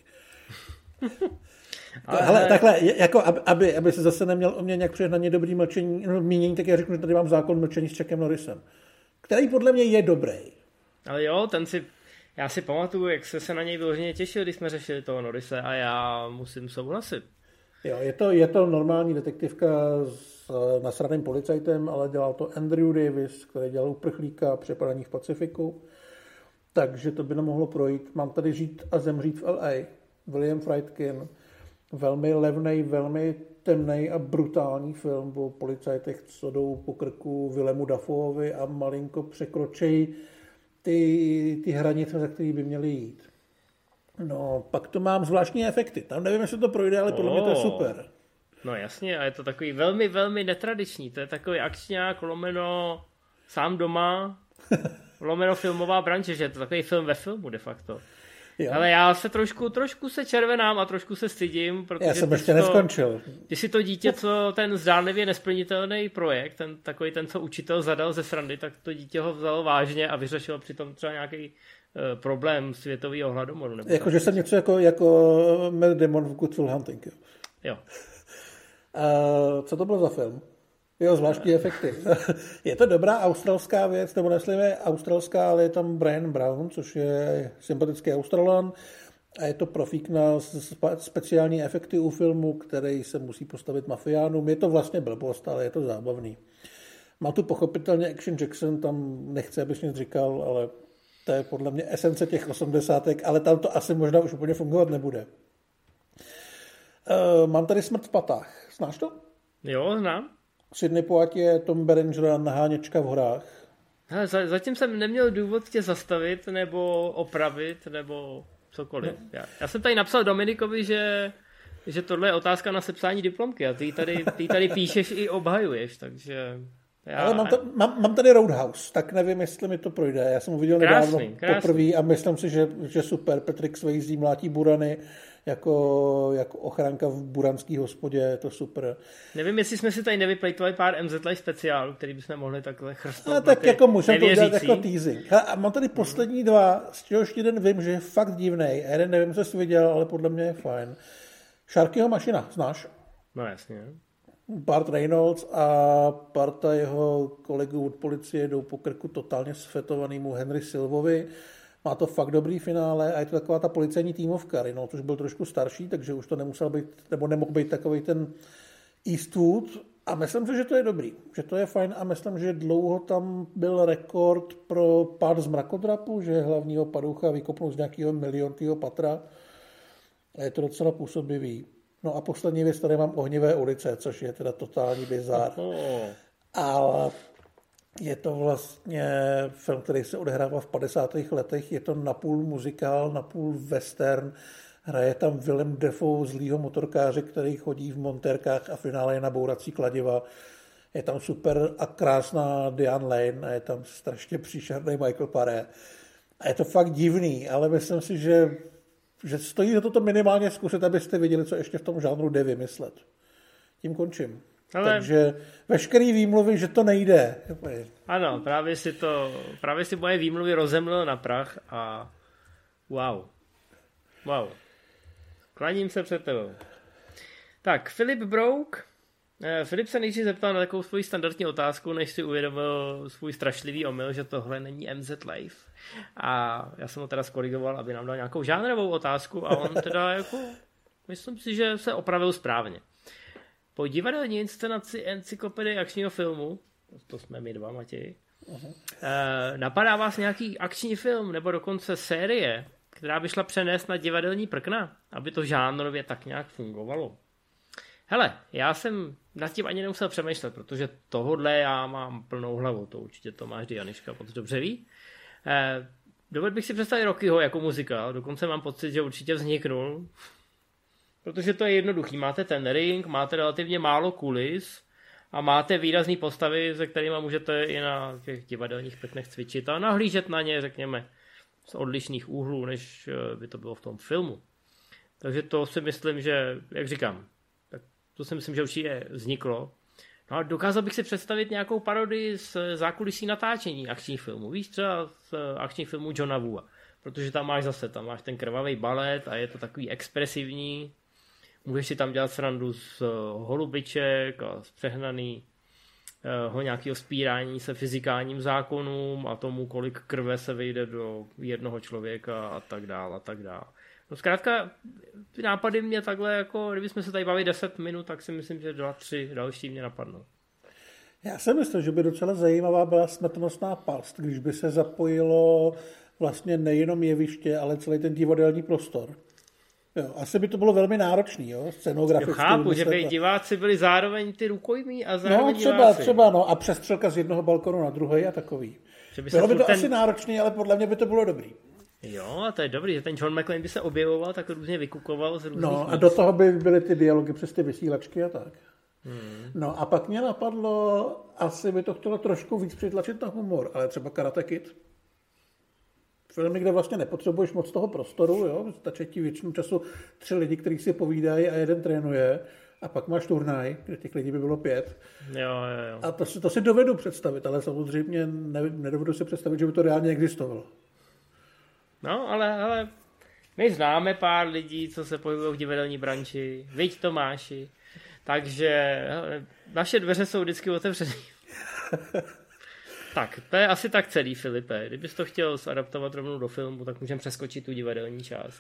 Hele, takhle, jako aby se zase neměl o mě nějak přehnaně dobrý mínění, tak já řeknu, že tady mám Zákon mlčení s Chuckem Norrisem, který podle mě je dobrý. Ale jo, já si pamatuju, jak se na něj vyloženě těšil, když jsme řešili toho Norrise, a já musím souhlasit. Jo, je to normální detektivka s nasraným policajtem, ale dělal to Andrew Davis, který dělal Uprchlíka, Přepadení v Pacifiku, takže to by nemohlo projít. Mám tady Žít a zemřít v LA, William Friedkin, velmi levnej, velmi temnej a brutální film o policajtech, co jdou po krku Willemu Dafoeovi a malinko překročí ty hranice, za který by měly jít. No, pak to mám zvláštní efekty. Tam nevím, jestli to projde, ale podle mě to je super. No jasně, a je to takový velmi, velmi netradiční. To je takový akčňák, lomeno sám doma, lomeno filmová branže, že je to takový film ve filmu de facto. Jo. Ale já se trošku se červenám a trošku se stydím, protože já jsem ještě neskončil. Ty si to dítě, co ten zdánlivě nesplnitelný projekt, takový ten, co učitel zadal ze srandy, tak to dítě ho vzalo vážně a vyřešilo přitom třeba nějaký problém světového hladomoru. Jakože jsem něco jako Matt Damon v Good Will Hunting. Jo. Co to bylo za film? Jo, zvláštní efekty. Je to dobrá australská věc, nebo neslivé australská, ale je tam Brian Brown, což je sympatický Australan a je to profík na speciální efekty u filmu, který se musí postavit mafiánům. Je to vlastně blbost, ale je to zábavný. Má tu pochopitelně Action Jackson, tam nechce, abys nic říkal, ale to je podle mě esence těch 80, ale tam to asi možná už úplně fungovat nebude. Mám tady Smrt v patách. Znáš to? Jo, znám. Sidney Poitier, Tom Berenger, Naháněčka v horách. Hele, zatím jsem neměl důvod tě zastavit, nebo opravit, nebo cokoliv. No. Já jsem tady napsal Dominikovi, že tohle je otázka na sepsání diplomky a ty tady píšeš i obhajuješ, takže... Ale mám tady Roadhouse, tak nevím, jestli mi to projde. Já jsem ho viděl nedávno poprvé a myslím si, že super. Patrick Swayze mlátí burany jako ochránka v buranský hospodě, je to super. Nevím, jestli jsme si tady nevyplejtovali pár MZ Live speciálů, který bychom mohli takhle chrstnout. Tak jako můžeme to udělat jako teasing. A mám tady poslední dva, z čehož jeden vím, že je fakt divnej. A jeden nevím, co jsi viděl, ale podle mě je fajn. Sharkyho mašina, znáš? No jasně. Bart Reynolds a parta jeho kolegů od policie jdou po krku totálně sfetovanému Henry Silvovi. Má to fakt dobrý finále a je to taková ta policejní týmovka. Reynolds už byl trošku starší, takže už to nemusel být, nebo nemohl být takový ten Eastwood. A myslím si, že to je dobrý, že to je fajn a myslím, že dlouho tam byl rekord pro pád z mrakodrapu, že hlavního padoucha vykopnul z nějakého miliontýho patra. A je to docela působivý. No a poslední věc, tady mám Ohnivé ulice, což je teda totální bizár. Ale je to vlastně film, který se odehrává v 50. letech. Je to napůl muzikál, napůl western. Hraje tam Willem Dafoe, zlýho motorkáře, který chodí v montérkách a v finále je na bourací kladiva. Je tam super a krásná Diane Lane a je tam strašně příšerný Michael Paré. A je to fakt divný, ale myslím si, že stojí za to minimálně zkusit, abyste viděli, co ještě v tom žánru jde vymyslet. Tím končím. Ale... Takže veškerý výmluvy, že to nejde. Ano, právě si moje výmluvy rozemlil na prach a wow. Klaním se před tebou. Tak, Filip Brouk. Filip se nejdřív zeptal na takovou svoji standardní otázku, než si uvědomil svůj strašlivý omyl, že tohle není MZ Live. A já jsem ho teda skorigoval, aby nám dal nějakou žánrovou otázku a on teda jako, myslím si, že se opravil správně. Po divadelní inscenaci encyklopedie akčního filmu, to jsme my dva, Matěj, napadá vás nějaký akční film nebo dokonce série, která by šla přenést na divadelní prkna, aby to žánrově tak nějak fungovalo? Hele, já jsem nad tím ani nemusel přemýšlet, protože tohodle já mám plnou hlavu, to určitě Tomáš Dianiška moc dobře ví. Dovedl bych si představit Rockyho jako muzikál, dokonce mám pocit, že určitě vzniknul, protože to je jednoduchý. Máte ten ring, máte relativně málo kulis a máte výrazný postavy, se kterými můžete i na těch divadelních prknech cvičit a nahlížet na ně, řekněme, z odlišných úhlů, než by to bylo v tom filmu. Takže to si myslím, že, jak říkám, to si myslím, že určitě vzniklo. No a dokázal bych si představit nějakou parodii z zákulisí natáčení akčních filmů. Víš, třeba z akčních filmů Johna Woova. Protože tam máš ten krvavý balet a je to takový expresivní. Můžeš si tam dělat srandu z holubiček a z přehnaného nějakého spírání se fyzikálním zákonům a tomu, kolik krve se vejde do jednoho člověka a tak dále a tak dále. No zkrátka, ty nápady mě takhle, jako kdybychom se tady bavili 10 minut, tak si myslím, že 2-3 další mě napadnou. Já si myslím, že by docela zajímavá byla Smrtonosná past, když by se zapojilo vlastně nejenom jeviště, ale celý ten divadelní prostor. Jo, asi by to bylo velmi náročný, jo, scenograficky. Jo, chápu, že by diváci byli zároveň ty rukojmí a zároveň třeba, no, a přestřelka z jednoho balkonu na druhý a takový. Bylo by to asi náročný, ale podle mě by to bylo dobrý. Jo, a to je dobrý, že ten John McClane by se objevoval, tak různě vykukoval z různých No a do toho by byly ty dialogy přes ty vysílačky a tak. No a pak mě napadlo, asi by to chtělo trošku víc přitlačit na humor, ale třeba Karate Kid. Filmy, kde vlastně nepotřebuješ moc toho prostoru, jo? Stačí ti většinu času 3 lidi, kteří si povídají a jeden trénuje a pak máš turnaj, kde těch lidí by bylo 5. Jo. A to si dovedu představit, ale samozřejmě nedovedu si představit, že by to reálně existovalo. No, ale my známe pár lidí, co se pohybují v divadelní branži, viď Tomáši, takže naše dveře jsou vždycky otevřené. Tak, to je asi tak celý, Filipe. Kdybys to chtěl zadaptovat rovnou do filmu, tak můžeme přeskočit tu divadelní část.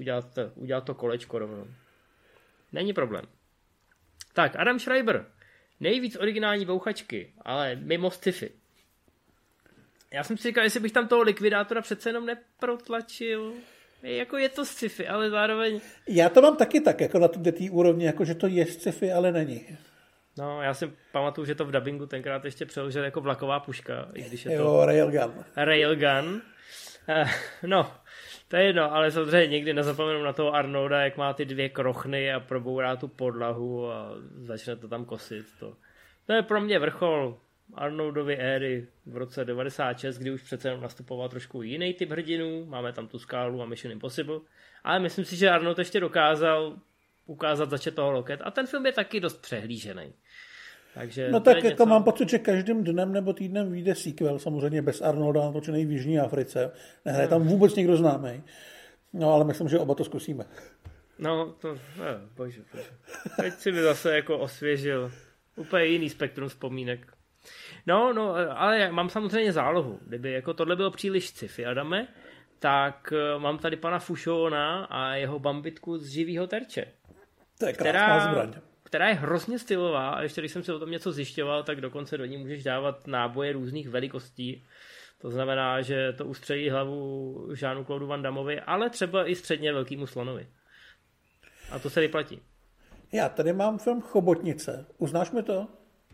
Udělat to kolečko rovnou. Není problém. Tak, Adam Schreiber. nejvíc originální bouchačky, ale mimo sci-fi. Já jsem si říkal, jestli bych tam toho likvidátora přece jenom neprotlačil. Jako je to sci-fi, ale zároveň... Já to mám taky tak, jako na té úrovni, jako že to je sci-fi, ale není. No, já si pamatuju, že to v dabingu tenkrát ještě přeložil jako vlaková puška, i když je to... Jo, railgun. Railgun. No, to je jedno, ale samozřejmě nikdy nezapomenu na toho Arnolda, jak má ty 2 krochny a probourá tu podlahu a začne to tam kosit. To je pro mě vrchol Arnoldovy éry v roce 96, kdy už přece jenom nastupoval trošku jiný typ hrdinů. Máme tam tu Skálu a Mission Impossible. Ale myslím si, že Arnold ještě dokázal ukázat začet toho loket. A ten film je taky dost přehlížený. Takže no tak jako mám pocit, že každým dnem nebo týdnem vyjde sequel, samozřejmě bez Arnolda, natočený v Jižní Africe. Nehraje tam vůbec nikdo známý. No ale myslím, že oba to zkusíme. No to, bože. Teď si mi zase jako osvěžil úplně jiný spektrum vzpomínek. No, ale mám samozřejmě zálohu. Kdyby jako tohle bylo příliš sci-fi, Adame, tak mám tady pana Fušona a jeho bambitku z živýho terče. To je krásná zbraň. Která je hrozně stylová a ještě když jsem si o tom něco zjišťoval, tak dokonce do ní můžeš dávat náboje různých velikostí. To znamená, že to ustřelí hlavu Jeanu-Claude Van Dammovi, ale třeba i středně velkýmu slonovi. A to se vyplatí. Já tady mám film Chobotnice. Uznáš mi to?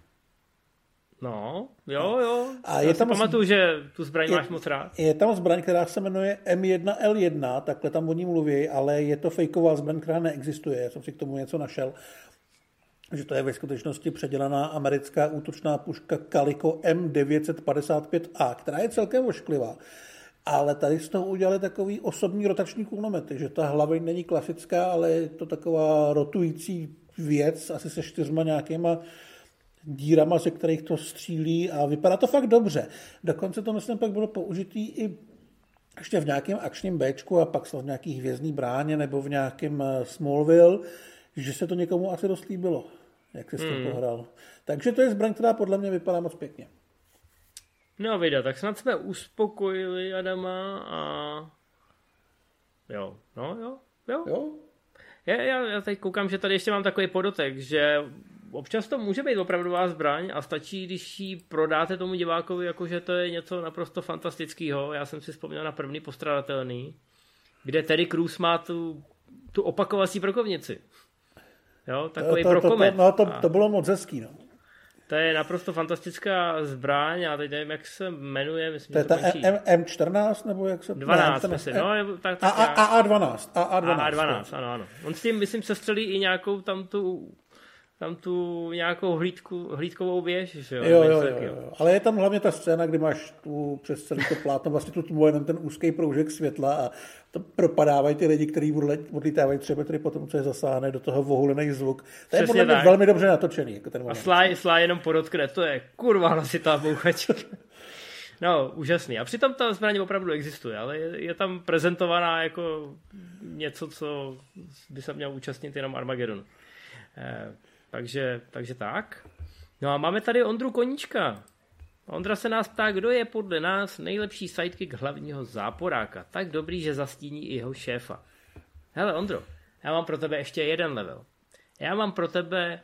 No, jo. A já si pamatuju, že tu zbraň máš moc rád. Je tam zbraň, která se jmenuje M1L1, takhle tam o ní mluví, ale je to fejková zbraň, která neexistuje. Já jsem si k tomu něco našel. Že to je ve skutečnosti předělaná americká útočná puška Calico M955A, která je celkem ošklivá. Ale tady z toho udělali takový osobní rotační kulomet, že ta hlava není klasická, ale je to taková rotující věc, asi se 4 nějakýma dírama, ze kterých to střílí a vypadá to fakt dobře. Dokonce to myslím pak bylo použitý i ještě v nějakém akčním Bčku a pak v nějakých Hvězdný bráně nebo v nějakém Smallville, že se to někomu asi dost líbilo, jak se s tím pohrál. Takže to je zbraň, která podle mě vypadá moc pěkně. No vida, tak snad jsme uspokojili Adama a jo. Já teď koukám, že tady ještě mám takový podotek, že občas to může být opravdová zbraň a stačí, když ji prodáte tomu divákovi, jakože to je něco naprosto fantastického. Já jsem si vzpomněl na První postradatelný, kde Terry Crews má tu opakovací brokovnici. Jo, takový brokomet. To bylo moc hezký, no. To je naprosto fantastická zbraň, já teď nevím, jak se jmenuje. Myslím, to je ta M14, nebo jak se... 12, myslím. No, AA12. AA12, ano. On s tím, myslím, sestřelí i nějakou tam tu nějakou hlídkovou věž, že jo? Jo. Ale je tam hlavně ta scéna, kdy máš tu přes celý to plátno, vlastně tu tmu jenom ten úzký proužek světla a to propadávají ty lidi, kteří odlítávají 3 metry potom, co je zasáhne do toho vohulený zvuk. To je podle mě velmi dobře natočený. Jako ten moment. A Sly jenom podotkne, to je kurva hlasitá bouchačka. No, úžasný. A přitom ta zbraň opravdu existuje, ale je tam prezentovaná jako něco, co by se měl účastnit jenom Armageddon. Takže tak. No a máme tady Ondru Koníčka. Ondra se nás ptá, kdo je podle nás nejlepší sidekick hlavního záporáka. Tak dobrý, že zastíní i jeho šéfa. Hele Ondro, já mám pro tebe ještě jeden level. Já mám pro tebe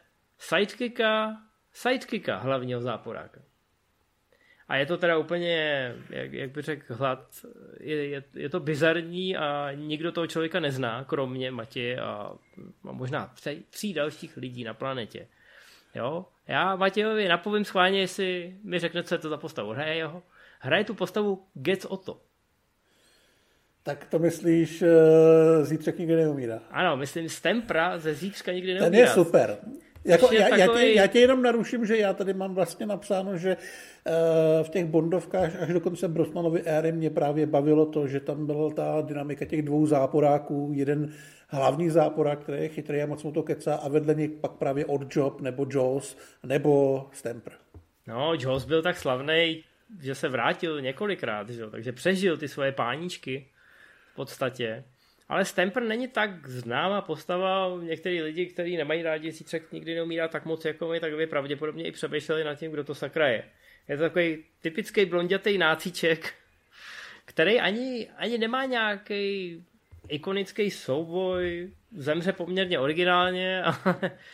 sidekicka hlavního záporáka. A je to teda úplně, jak bych řekl, je to bizarní a nikdo toho člověka nezná, kromě Matěje a možná 3 dalších lidí na planetě. Jo? Já Matějovi napovím schválně, jestli mi řekne, co je to za postavu. Hraje tu postavu Gec Otto. Tak to myslíš Zítřek nikdy neumírá. Ano, myslím Stempra ze Zítřka nikdy neumírá. Ten je super. Jako, já tě jenom naruším, že já tady mám vlastně napsáno, že v těch Bondovkách až do konce Brosnanovy éry mě právě bavilo to, že tam byla ta dynamika těch 2 záporáků, jeden hlavní záporák, který je chytrý a moc mu to kecá a vedle něj pak právě Oddjob nebo Jaws nebo Stamper. No, Jaws byl tak slavný, že se vrátil několikrát, že? Takže přežil ty svoje páničky v podstatě. Ale Stamper není tak známá postava. Některý lidi, kteří nemají rádi Zítřek nikdy neumírá tak moc jako my, tak by pravděpodobně i přemýšleli nad tím, kdo to sakra je. Je to takový typický blondětej nácíček, který ani nemá nějaký ikonický souboj, zemře poměrně originálně,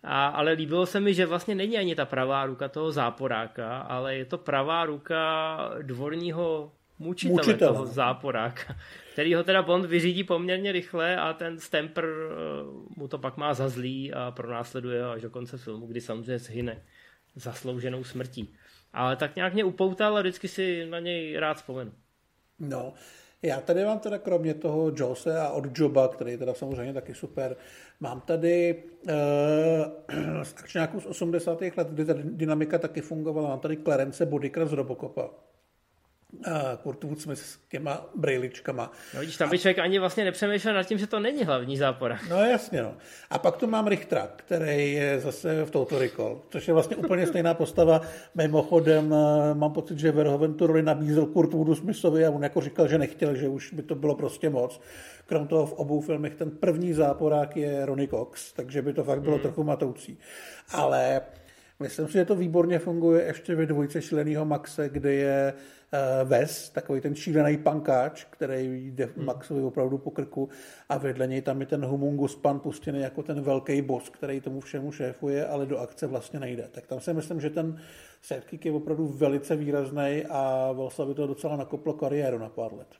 Ale líbilo se mi, že vlastně není ani ta pravá ruka toho záporáka, ale je to pravá ruka dvorního mučitele toho záporáka, který ho teda Bond vyřídí poměrně rychle a ten Stamper mu to pak má za zlý a pronásleduje ho až do konce filmu, kdy samozřejmě zhyne zaslouženou smrtí. Ale tak nějak mě upoutal a vždycky si na něj rád vzpomenu. No, já tady mám teda kromě toho Jose a od Joba, který je teda samozřejmě taky super, mám tady akčňáků z 80. let, kdy ta dynamika taky fungovala. Mám tady Clarence Bodycra z Robocopa. Kurt Wood Smith s těma brejličkama. No vidíš, tam by člověk ani vlastně nepřemýšlel nad tím, že to není hlavní záporák. No jasně, no. A pak tu mám Richtera, který je zase v Total Recall, což je vlastně úplně stejná postava. Mimochodem mám pocit, že Verhoeven tu roli nabízel Kurt Woodu Smithovi a on jako říkal, že nechtěl, že už by to bylo prostě moc. Krom toho v obou filmech ten první záporák je Ronnie Cox, takže by to fakt bylo trochu matoucí. Ale myslím si, že to výborně funguje ještě ve dvojce Šílenýho Maxe, kde je Wes, takový ten šílený pankáč, který jde Maxovi opravdu po krku a vedle něj tam je ten Humungus Pan pustěný jako ten velký boss, který tomu všemu šéfuje, ale do akce vlastně nejde. Tak tam si myslím, že ten sidekick je opravdu velice výrazný a vlastně by to docela nakoplo kariéru na pár let.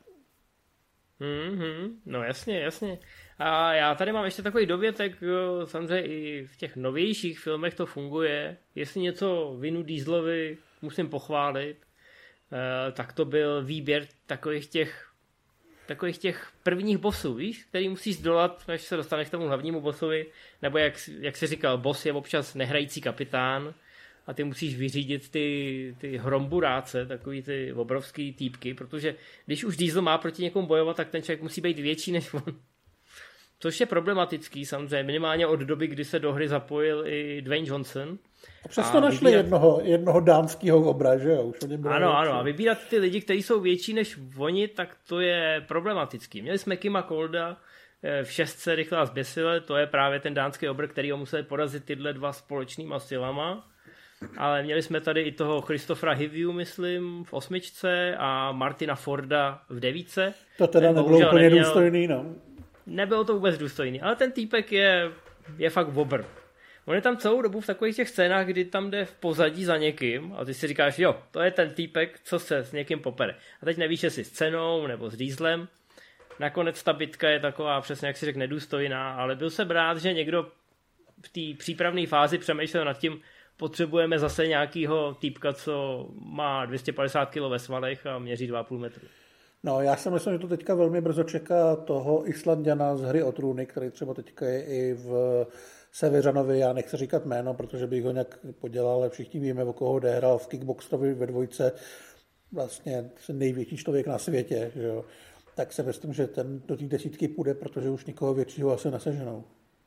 No jasně. A já tady mám ještě takový dovětek, samozřejmě i v těch novějších filmech to funguje. Jestli něco Vinu Dieselovi musím pochválit, tak to byl výběr takových těch prvních bossů, víš, který musíš zdolat, než se dostaneš k tomu hlavnímu bossovi, nebo jak se říkal, boss je občas nehrající kapitán a ty musíš vyřídit ty hromburáce, takový ty obrovský týpky, protože když už Diesel má proti někomu bojovat, tak ten člověk musí být větší než on. Což je problematický samozřejmě, minimálně od doby, kdy se do hry zapojil i Dwayne Johnson. A přesto našli jednoho dánského obra, že jo? Už ano, a vybírat ty lidi, kteří jsou větší než oni, tak to je problematický. Měli jsme Kima Kolda v 6. Rychle a zběsile, to je právě ten dánský obr, který ho museli porazit tyhle dva společnýma silama. Ale měli jsme tady i toho Christophera Hiviu, myslím, v 8. a Martina Forda v 9. To teda nebylo úplně důstojný, no. Nebylo to vůbec důstojný, ale ten týpek je fakt obr. On je tam celou dobu v takových těch scénách, kdy tam jde v pozadí za někým a ty si říkáš, jo, to je ten týpek, co se s někým popere. A teď nevíš, jestli s Cenou nebo s Dieselem. Nakonec ta bitka je taková, přesně jak si řekl, nedůstojná, ale byl jsem rád, že někdo v té přípravné fázi přemýšlel nad tím, potřebujeme zase nějakýho týpka, co má 250 kg ve svalech a měří 2,5 metru. No, já si myslím, že to teďka velmi brzo čeká toho Islanďana z Hry o trůny, který třeba teďka je i v Severanovi, já nechci říkat jméno, protože bych ho nějak podělal, ale všichni víme, o koho jde, hrál v Kickboxerovi ve 2, vlastně největší člověk na světě, že jo. Tak si myslím, že ten do té 10 půjde, protože už nikoho většího asi neseženou.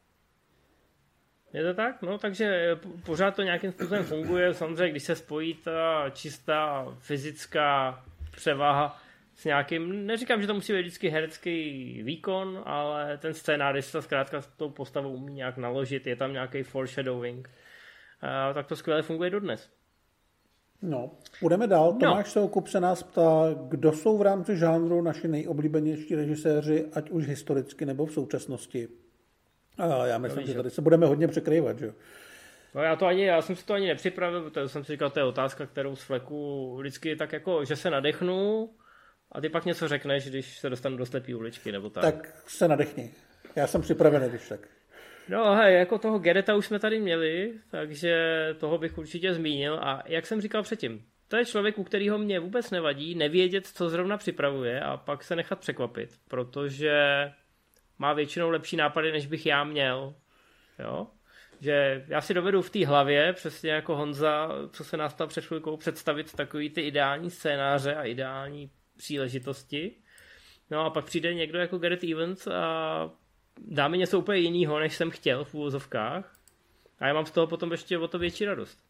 Je to tak? No, takže pořád to nějakým způsobem funguje. Samozřejmě, když se spojí ta čistá fyzická převaha s nějakým, neříkám, že to musí být vždycky herecký výkon, ale ten scénárista zkrátka s tou postavou umí nějak naložit, je tam nějaký foreshadowing. Tak to skvěle funguje dodnes. No, půjdeme dál. Tomáš Soukup se nás ptá, kdo jsou v rámci žánru naši nejoblíbenější režiséři, ať už historicky nebo v současnosti. A já myslím, že tady se budeme hodně překrývat, že jo? No já jsem si to ani nepřipravil, protože jsem si říkal, to je otázka, kterou z fleku vždycky tak jako, že se nadechnu a ty pak něco řekneš, když se dostanu do slepý uličky, nebo tak. Tak se nadechni. Já jsem připravený, když tak. No hej, jako toho Gereta už jsme tady měli, takže toho bych určitě zmínil a jak jsem říkal předtím, to je člověk, u kterého mě vůbec nevadí nevědět, co zrovna připravuje a pak se nechat překvapit, protože má většinou lepší nápady, než bych já měl. Jo? Že já si dovedu v té hlavě, přesně jako Honza, co se nás ptal před chvilkou, představit takový ty ideální scénáře a ideální příležitosti. No a pak přijde někdo jako Gareth Evans a dá mi něco úplně jinýho, než jsem chtěl v úvozovkách. A já mám z toho potom ještě o to větší radost.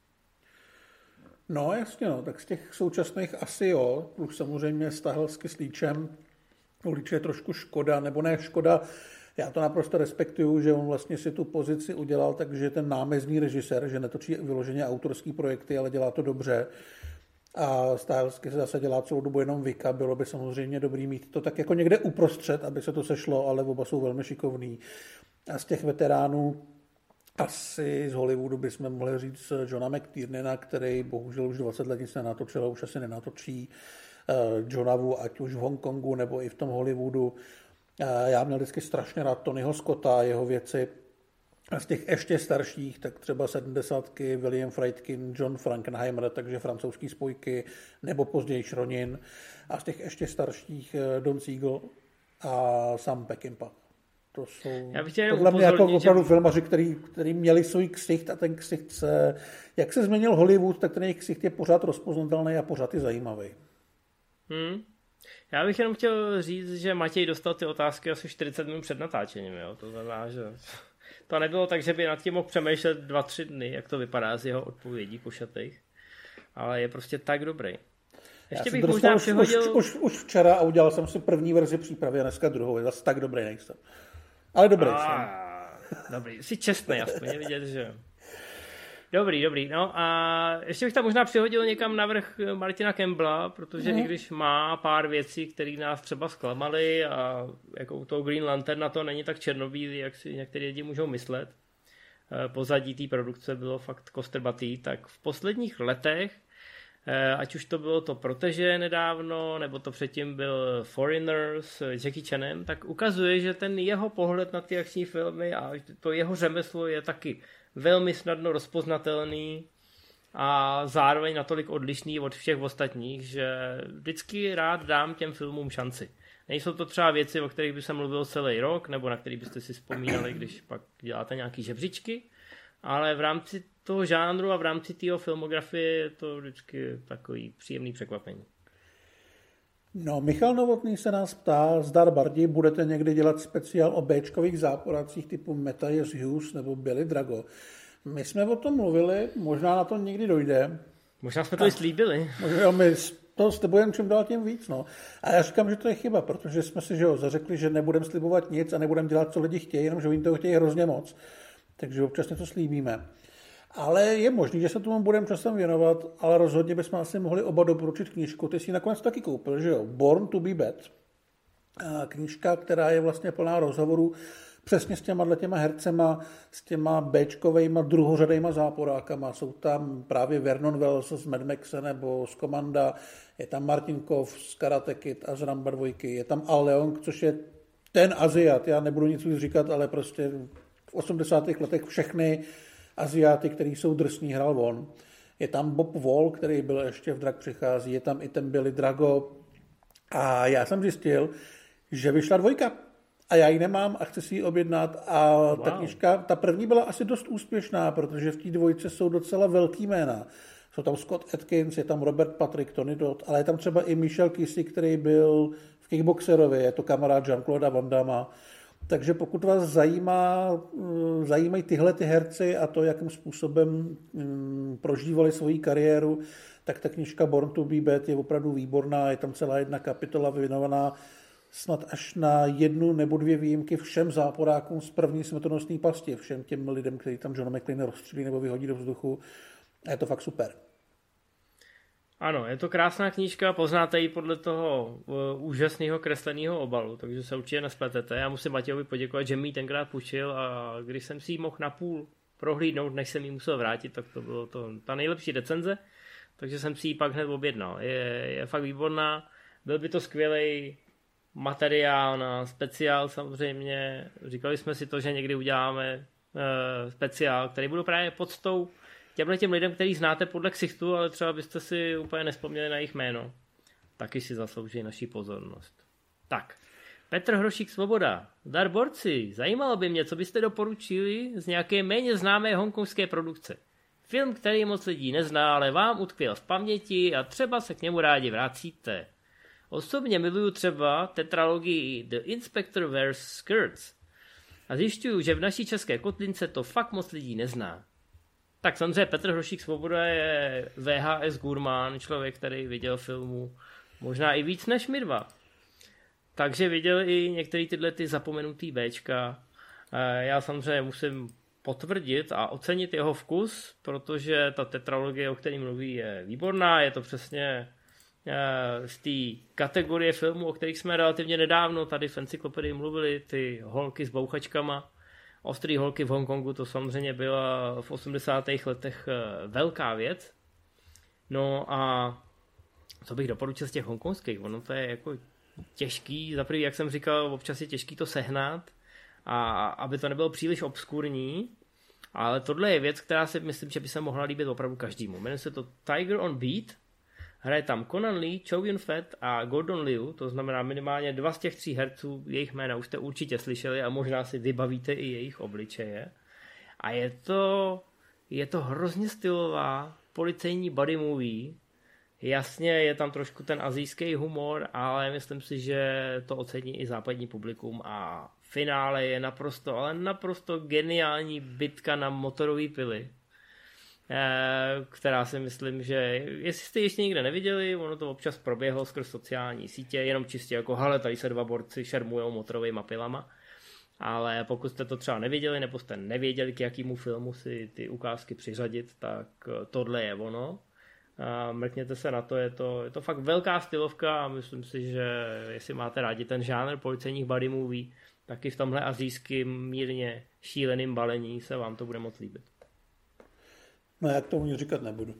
No jasně, no, tak z těch současných asi jo, plus samozřejmě Stahelský s Kyslíčem. U Líče je trošku škoda, nebo ne škoda, já to naprosto respektuju, že on vlastně si tu pozici udělal, takže ten námezní režisér, že netočí vyloženě autorský projekty, ale dělá to dobře. A Stahelský se zase dělá celou dobu jenom Vika, bylo by samozřejmě dobrý mít to tak jako někde uprostřed, aby se to sešlo, ale oba jsou velmi šikovní. A z těch veteránů Asi z Hollywoodu bychom mohli říct Johna McTiernana, který bohužel už 20 let nic nenatočil a už asi nenatočí. Johna Woo, ať už v Hongkongu nebo i v tom Hollywoodu. Já měl vždycky strašně rád Tonyho Scotta, jeho věci. A z těch ještě starších, tak třeba 70. William Friedkin, John Frankenheimer, takže francouzský spojky, nebo později Ronin. A z těch ještě starších Don Siegel a Sam Peckinpah. To jsou podle mě jako opravdu filmaři, který měli svůj ksicht a ten ksicht se, jak se změnil Hollywood, tak ten jejich ksicht je pořád rozpoznatelný a pořád je zajímavý. Já bych jenom chtěl říct, že Matěj dostal ty otázky asi 40 minut před natáčením, jo? To znamená, že to nebylo tak, že by nad tím mohl přemýšlet 2-3 dny, jak to vypadá z jeho odpovědí košatých, ale je prostě tak dobrý. Ještě bych možná přihodil... Už včera a udělal jsem si první verzi přípravy a dneska druhou, je zase tak dobrý nejsem. Ale dobrý jsem. Dobrý, jsi čestný aspoň, je vidět, že... Dobrý. No a ještě bych tam možná přihodil někam navrch Martina Campbella, protože i když má pár věcí, které nás třeba zklamaly a jako u toho Green Lanterna to není tak černobílý, jak si některé lidi můžou myslet. Pozadí té produkce bylo fakt kostrbatý, tak v posledních letech, ať už to bylo to Protege nedávno, nebo to předtím byl Foreigner s Jackie Chanem, tak ukazuje, že ten jeho pohled na ty akční filmy a to jeho řemeslo je taky velmi snadno rozpoznatelný a zároveň natolik odlišný od všech ostatních, že vždycky rád dám těm filmům šanci. Nejsou to třeba věci, o kterých by se mluvil celý rok, nebo na kterých byste si vzpomínali, když pak děláte nějaký žebříčky, ale v rámci toho žánru a v rámci tého filmografie je to vždycky takový příjemný překvapení. No, Michal Novotný se nás ptá, zdar Bardi, budete někdy dělat speciál o Bčkových záporácích typu Matthias Hughes nebo Billy Drago. My jsme o tom mluvili, možná na to někdy dojde. Možná jsme to i slíbili. Možná my to slibujeme čím dál tím víc. No. A já říkám, že to je chyba, protože jsme si zařekli, že nebudeme slibovat nic a nebudeme dělat, co lidi chtějí, jenomže oni toho chtějí hrozně moc. Takže občas něco slíbíme. Ale je možný, že se tomu budeme časem věnovat, ale rozhodně bychom asi mohli oba doporučit knížku. Ty jsi ji nakonec taky koupil, že jo? Born to be Bad. Knížka, která je vlastně plná rozhovorů přesně s těma hercema, s těma Bčkovejma druhořadejma záporákama. Jsou tam právě Vernon Wells z Mad Maxe nebo z Komanda, je tam Martin Kov z Karate Kid a z Ramba 2, je tam Al Leong, což je ten Aziat. Já nebudu nic víc říkat, ale prostě v 80. letech všechny Aziáty, který jsou drsní, hrál on. Je tam Bob Wall, který byl ještě v Drak přichází, je tam i ten Billy Drago. A já jsem zjistil, že vyšla 2 a já ji nemám a chci si ji objednat. A ta knížka, ta první byla asi dost úspěšná, protože v té 2 jsou docela velký jména. Jsou tam Scott Adkins, je tam Robert Patrick, Tony Dodd, ale je tam třeba i Michel Kissy, který byl v Kickboxerovi, je to kamarád Jean-Claude Van Damme. Takže pokud vás zajímají tyhle ty herci a to, jakým způsobem prožívali svoji kariéru, tak ta knížka Born to be Bad je opravdu výborná. Je tam celá jedna kapitola věnovaná snad až na 1 nebo 2 výjimky všem záporákům z první smrtonosné pasti, všem těm lidem, kteří tam Johna McClane rozstřílí nebo vyhodí do vzduchu. A je to fakt super. Ano, je to krásná knížka, poznáte ji podle toho úžasného kresleného obalu, takže se určitě nespletete. Já musím Matějovi poděkovat, že mi ji tenkrát půjčil a když jsem si ji mohl napůl prohlídnout, než jsem ji musel vrátit, tak to bylo ta nejlepší recenze, takže jsem si ji pak hned objednal. Je fakt výborná, byl by to skvělý materiál na speciál samozřejmě. Říkali jsme si to, že někdy uděláme speciál, který budou právě podstou těm lidem, který znáte podle ksichtu, ale třeba byste si úplně nespomněli na jejich jméno. Taky si zaslouží naši pozornost. Tak, Petr Hrošík Svoboda. Zdar borci, zajímalo by mě, co byste doporučili z nějaké méně známé hongkongské produkce. Film, který moc lidí nezná, ale vám utkvěl v paměti a třeba se k němu rádi vracíte. Osobně miluju třeba tetralogii The Inspector Wears Skirts a zjišťuju, že v naší české kotlince to fakt moc lidí nezná. Tak samozřejmě Petr Hrošík Svoboda je VHS gurmán, člověk, který viděl filmů možná i víc než my dva. Takže viděl i některé tyhle ty zapomenutý Bčka. Já samozřejmě musím potvrdit a ocenit jeho vkus, protože ta tetralogie, o které mluví, je výborná. Je to přesně z té kategorie filmů, o kterých jsme relativně nedávno tady v encyklopedii mluvili, ty holky s bouchačkama. Ostrý holky v Hongkongu, to samozřejmě byla v 80. letech velká věc. No a co bych doporučil z těch hongkongských, ono to je jako těžký, za prvý, jak jsem říkal, občas je těžký to sehnat a aby to nebylo příliš obskurní, ale tohle je věc, která si myslím, že by se mohla líbit opravdu každému. Jmenuje se to Tiger on Beat, hraje tam Conan Lee, Chow Yun-fat a Gordon Liu, to znamená minimálně 2 z těch 3 herců, jejich jména už jste určitě slyšeli a možná si vybavíte i jejich obličeje. A je to hrozně stylová policejní buddy movie. Jasně, je tam trošku ten asijský humor, ale myslím si, že to ocení i západní publikum a finále je naprosto geniální bitka na motorové pily, která si myslím, že jestli jste ještě nikde neviděli, ono to občas proběhlo skrz sociální sítě, jenom čistě jako hele, tady se 2 borci šermujou motorovými pilama, ale pokud jste to třeba neviděli, nebo jste nevěděli, k jakému filmu si ty ukázky přiřadit, tak tohle je ono. Mrkněte se na to, je to fakt velká stylovka a myslím si, že jestli máte rádi ten žánr policejních buddy movie, taky v tomhle asijským mírně šíleným balení se vám to bude moc líbit. No já k tomu nic říkat nebudu.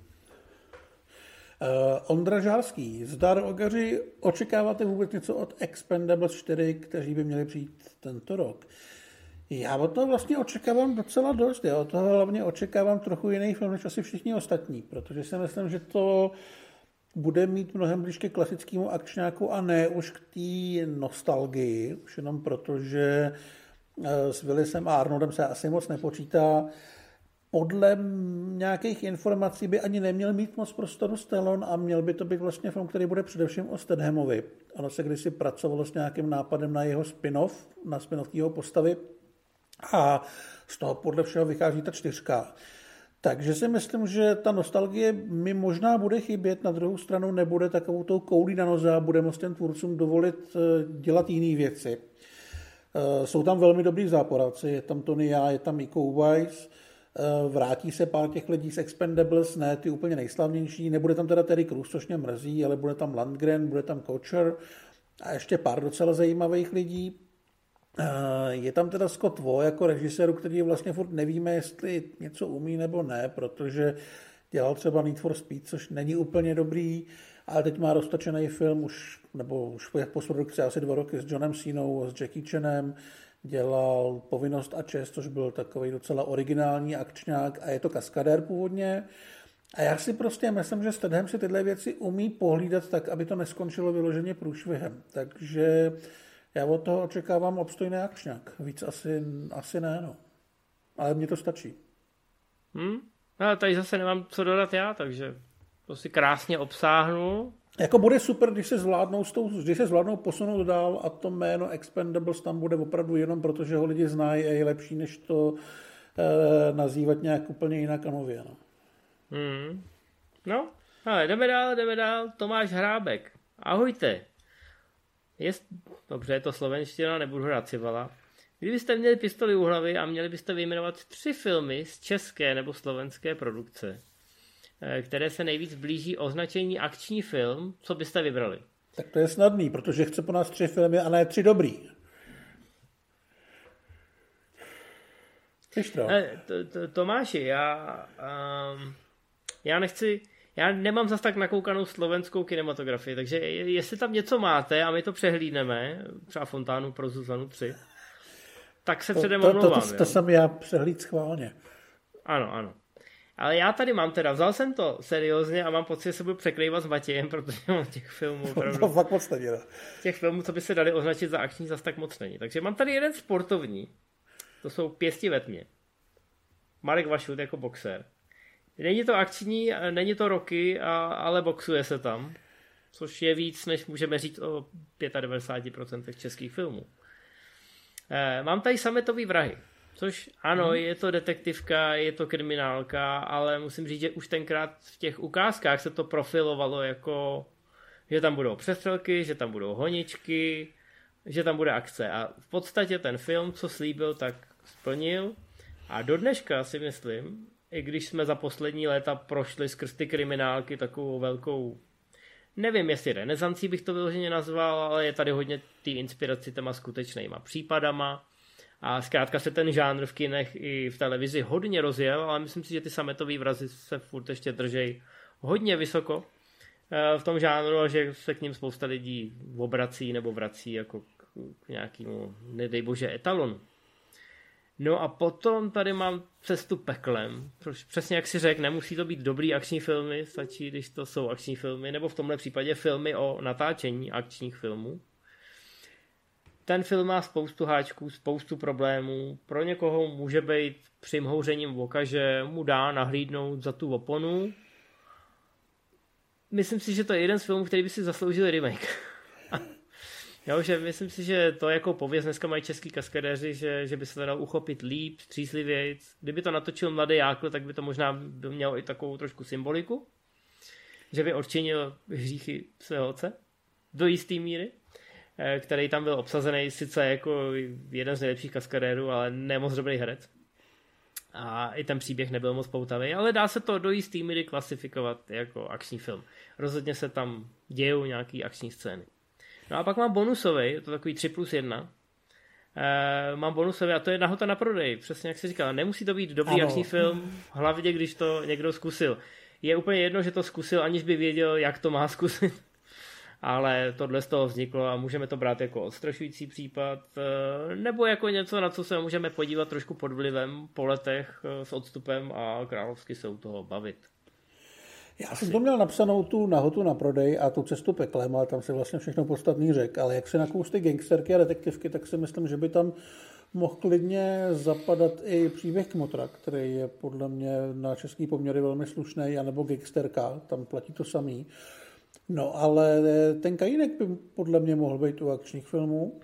Ondra Žárský, zdar Ogaři, očekáváte vůbec něco od Expendables 4, kteří by měli přijít tento rok? Já od toho vlastně očekávám docela dost. Já od toho hlavně očekávám trochu jiný film než asi všichni ostatní, protože si myslím, že to bude mít mnohem blíž ke klasickému akčňáku a ne už k té nostalgii, už jenom proto, že s Willisem a Arnoldem se asi moc nepočítá. Podle nějakých informací by ani neměl mít moc prostoru Stallone a měl by to být vlastně film, který bude především o Stathamovi. Ono se kdysi pracovalo s nějakým nápadem na jeho spin-off, na spin-off jeho postavy a z toho podle všeho vychází ta 4. Takže si myslím, že ta nostalgie mi možná bude chybět, na druhou stranu nebude takovou tou koulí na noze a bude moct těm tvůrcům dovolit dělat jiné věci. Jsou tam velmi dobrý záporáci, je tam Tony Jaa, je tam Iko Uwais, vrátí se pár těch lidí z Expendables, ne ty úplně nejslavnější, nebude tam teda Terry Crews, což mě mrzí, ale bude tam Landgren, bude tam Kocher a ještě pár docela zajímavých lidí. Je tam teda Scott Waugh jako režiséru, který vlastně furt nevíme, jestli něco umí nebo ne, protože dělal třeba Need for Speed, což není úplně dobrý, ale teď má roztočený film už je v postprodukci asi 2 roky s Johnem Cenou, s Jackie Chanem, dělal Povinnost a čest, což byl takový docela originální akčňák a je to kaskadér původně. A já si prostě myslím, že Statham si tyhle věci umí pohlídat tak, aby to neskončilo vyloženě průšvihem. Takže já od toho očekávám obstojný akčňák. Víc asi ne, no. Ale mně to stačí. Ale tady zase nemám co dodat já, takže to si krásně obsáhnu. Jako bude super, když se zvládnou posunout dál a to jméno Expendables tam bude opravdu jenom proto, že ho lidi znají a je lepší, než to nazývat nějak úplně jinak a nově. No. No, ale jdeme dál. Tomáš Hrábek. Ahojte. Dobře, je to slovenština, nebudu hrát Civala. Kdybyste měli pistoli u hlavy a měli byste vyjmenovat 3 filmy z české nebo slovenské produkce, které se nejvíc blíží označení akční film, co byste vybrali? Tak to je snadný, protože chce po nás 3 filmy a ne 3 dobrý. Tomáši, já nemám zas tak nakoukanou slovenskou kinematografii, takže jestli tam něco máte a my to přehlídneme, třeba Fontánu pro Zuzanu 3, tak se předem omlouvám. To jsem já přehlíd schválně. Ano. Ale já tady mám vzal jsem to seriózně a mám pocit, že se budu překrývat s Matějem, protože mám těch filmů opravdu. To fakt moc není. Těch filmů, co by se dali označit za akční, zas tak moc není. Takže mám tady jeden sportovní. To jsou Pěsti ve tmě. Marek Vašut jako boxer. Není to akční, není to roky, ale boxuje se tam. Což je víc, než můžeme říct o 95% českých filmů. Mám tady Sametový vrahy. Což ano, je to detektivka, je to kriminálka, ale musím říct, že už tenkrát v těch ukázkách se to profilovalo jako, že tam budou přestřelky, že tam budou honičky, že tam bude akce. A v podstatě ten film, co slíbil, tak splnil. A do dneška si myslím, i když jsme za poslední léta prošli skrz ty kriminálky takovou velkou, nevím jestli renesancí bych to vyloženě nazval, ale je tady hodně té inspiraci těma skutečnýma případama A zkrátka se ten žánr v kinech i v televizi hodně rozjel, ale myslím si, že ty sametový vrazy se furt ještě držej hodně vysoko v tom žánru a že se k ním spousta lidí obrací nebo vrací jako k nějakému, nedej bože, etalonu. No a potom tady mám Cestu peklem, což přesně jak si řekl, nemusí to být dobrý akční filmy, stačí, když to jsou akční filmy, nebo v tomhle případě filmy o natáčení akčních filmů. Ten film má spoustu háčků, spoustu problémů. Pro někoho může být přimhouřením oka, že mu dá nahlídnout za tu oponu. Myslím si, že to je jeden z filmů, který by si zasloužil remake. Jo, že myslím si, že to jako pověst dneska mají český kaskadéři, že by se to dal uchopit líp, střízlivějc. Kdyby to natočil mladý Jákl, tak by to možná mělo i takovou trošku symboliku. Že by odčinil hříchy svého otce do jistý míry, který tam byl obsazený sice jako jeden z nejlepších kaskadérů, ale ne moc dobrý herec. A i ten příběh nebyl moc poutavý, ale dá se to do jistý míry klasifikovat jako akční film. Rozhodně se tam dějou nějaký akční scény. No a pak mám bonusový, je to takový 3+1. Mám bonusový a to je Nahota na prodej, přesně jak jsi říkal. Nemusí to být dobrý akční film, hlavně když to někdo zkusil. Je úplně jedno, že to zkusil, aniž by věděl, jak to má zkusit. Ale tohle z toho vzniklo a můžeme to brát jako odstrašující případ, nebo jako něco, na co se můžeme podívat trošku pod vlivem po letech s odstupem a královsky se u toho bavit. Já jsem to měl napsanou tu Nahotu na prodej a tu Cestu peklem, ale tam si vlastně všechno podstatný řekl. Ale jak se nakous ty gangsterky a detektivky, tak si myslím, že by tam mohl klidně zapadat i Příběh Kmotra, který je podle mě na český poměry velmi slušný, anebo gangsterka, tam platí to samý. No, ale ten Kajínek by podle mě mohl být u akčních filmů.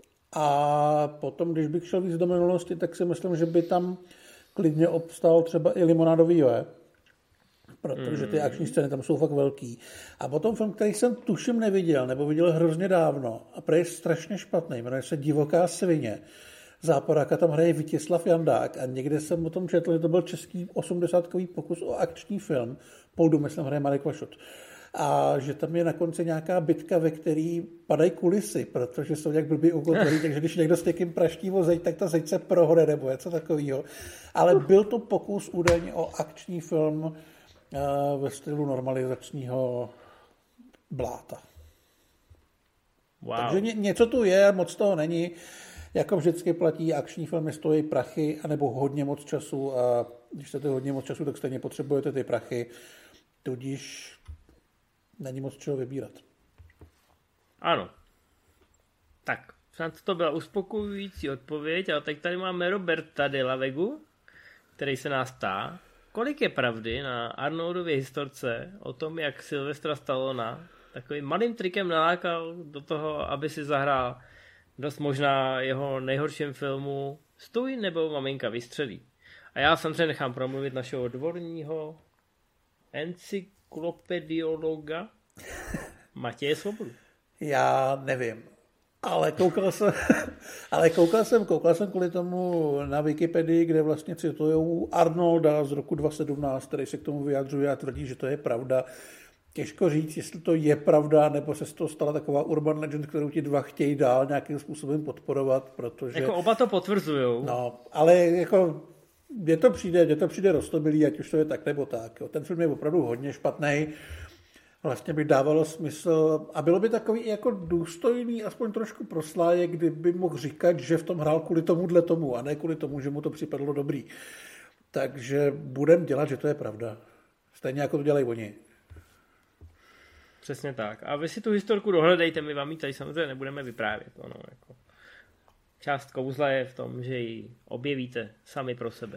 A potom, když bych šel víc do minulosti, tak si myslím, že by tam klidně obstál třeba i Limonádový Joe, protože ty akční scény tam jsou fakt velký. A potom film, který jsem tuším neviděl, nebo viděl hrozně dávno, a prý je strašně špatný, jmenuje se Divoká svině. Záporáka tam hraje Vítězslav Jandák a někde jsem o tom četl, že to byl český 80kový pokus o akční film. Poldu, myslím, hraje Marek Vašot. A že tam je na konci nějaká bitka, ve který padají kulisy, protože jsou nějak blbý ukotvení, takže když někdo s někým praští o zeď, tak ta zeď se prohne nebo něco takového. Ale byl to pokus údajně o akční film ve stylu normalizačního bláta. Wow. Takže něco tu je, moc toho není. Jako vždycky platí, akční filmy stojí prachy, anebo hodně moc času a když chcete hodně moc času, tak stejně potřebujete ty prachy. Tudíž není moc čeho vybírat. Ano. Tak, snad to byla uspokojující odpověď, ale teď tady máme Roberta de la Vegu, který se nás ptá, kolik je pravdy na Arnoldově historce o tom, jak Sylvestra Stallona takovým malým trikem nalákal do toho, aby si zahrál dost možná jeho nejhorším filmu Stůj nebo maminka vystřelí. A já samozřejmě nechám promluvit našeho dvorního encyklopediologa Matěje Svobodu. Já nevím, ale koukal jsem kvůli tomu na Wikipedii, kde vlastně citujou Arnolda z roku 2017, který se k tomu vyjadřuje a tvrdí, že to je pravda. Těžko říct, jestli to je pravda, nebo se z toho stala taková urban legend, kterou ti dva chtějí dál nějakým způsobem podporovat, protože... Jako oba to potvrzujou. No, ale jako mně to přijde roztomilý, ať už to je tak nebo tak. Jo. Ten film je opravdu hodně špatný. Vlastně by dávalo smysl a bylo by takový jako důstojný, aspoň trošku prosláje, kdyby mohl říkat, že v tom hrál kvůli tomuhle tomu a ne kvůli tomu, že mu to připadlo dobrý. Takže budem dělat, že to je pravda. Stejně jako to dělají oni. Přesně tak. A vy si tu historku dohledejte, my vám ji tady samozřejmě nebudeme vyprávět. Ono, jako. Část kouzla je v tom, že ji objevíte sami pro sebe.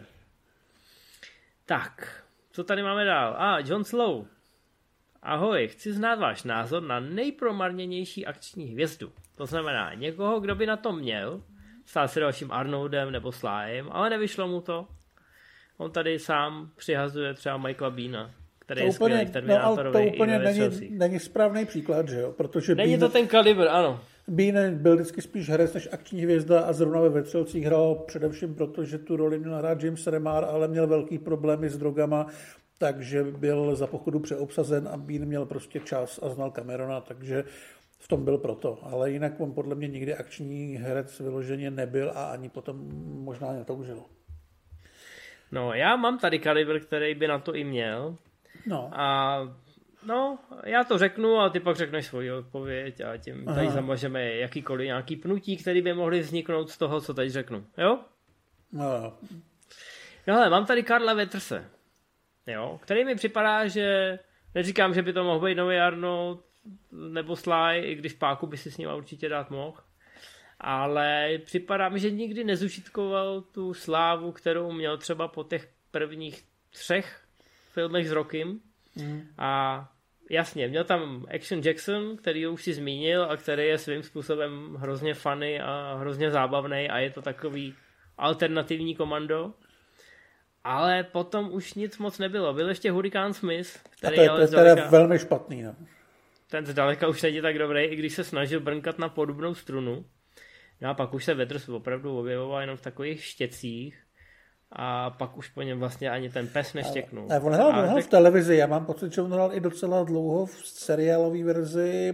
Tak, co tady máme dál? John Slow. Ahoj, chci znát váš názor na nejpromarněnější akční hvězdu. To znamená někoho, kdo by na to měl, stál se dalším Arnoldem nebo Slyem, ale nevyšlo mu to. On tady sám přihazuje třeba Michaela Beana, který je skvělý Terminátorový. To úplně není správný příklad, že jo? Protože není to ten kalibr, ano. Bean byl vždycky spíš herec než akční hvězda a zrovna ve Vetřelcích hrál především proto, že tu roli měl hrát James Remar, ale měl velký problémy s drogama, takže byl za pochodu přeobsazen a Bean měl prostě čas a znal Camerona, takže v tom byl proto, ale jinak on podle mě nikdy akční herec vyloženě nebyl a ani potom možná netoužil. No, já mám tady kalibr, který by na to i měl. No. A no, já to řeknu a ty pak řekneš svoji odpověď a tím tady zamažeme jakýkoliv nějaký pnutí, který by mohly vzniknout z toho, co teď řeknu. Jo? No. No ale mám tady Karla Wetterse, jo, který mi připadá, že neříkám, že by to mohl být nový Arnold nebo Sly, i když páku by si s ním určitě dát mohl. Ale připadá mi, že nikdy nezužitkoval tu slávu, kterou měl třeba po těch prvních 3 filmech s Rockem. A jasně, měl tam Action Jackson, který už si zmínil a který je svým způsobem hrozně funny a hrozně zábavný a je to takový alternativní komando. Ale potom už nic moc nebylo. Byl ještě Hurricane Smith, který je teda velmi špatný. No. Ten zdaleka už není tak dobrý, i když se snažil brnkat na podobnou strunu. No a pak už se Wetters opravdu objevoval jenom v takových štěcích a pak už po něm vlastně ani ten pes neštěknul. On hrál v televizi, já mám pocit, že on hrál i docela dlouho v seriálové verzi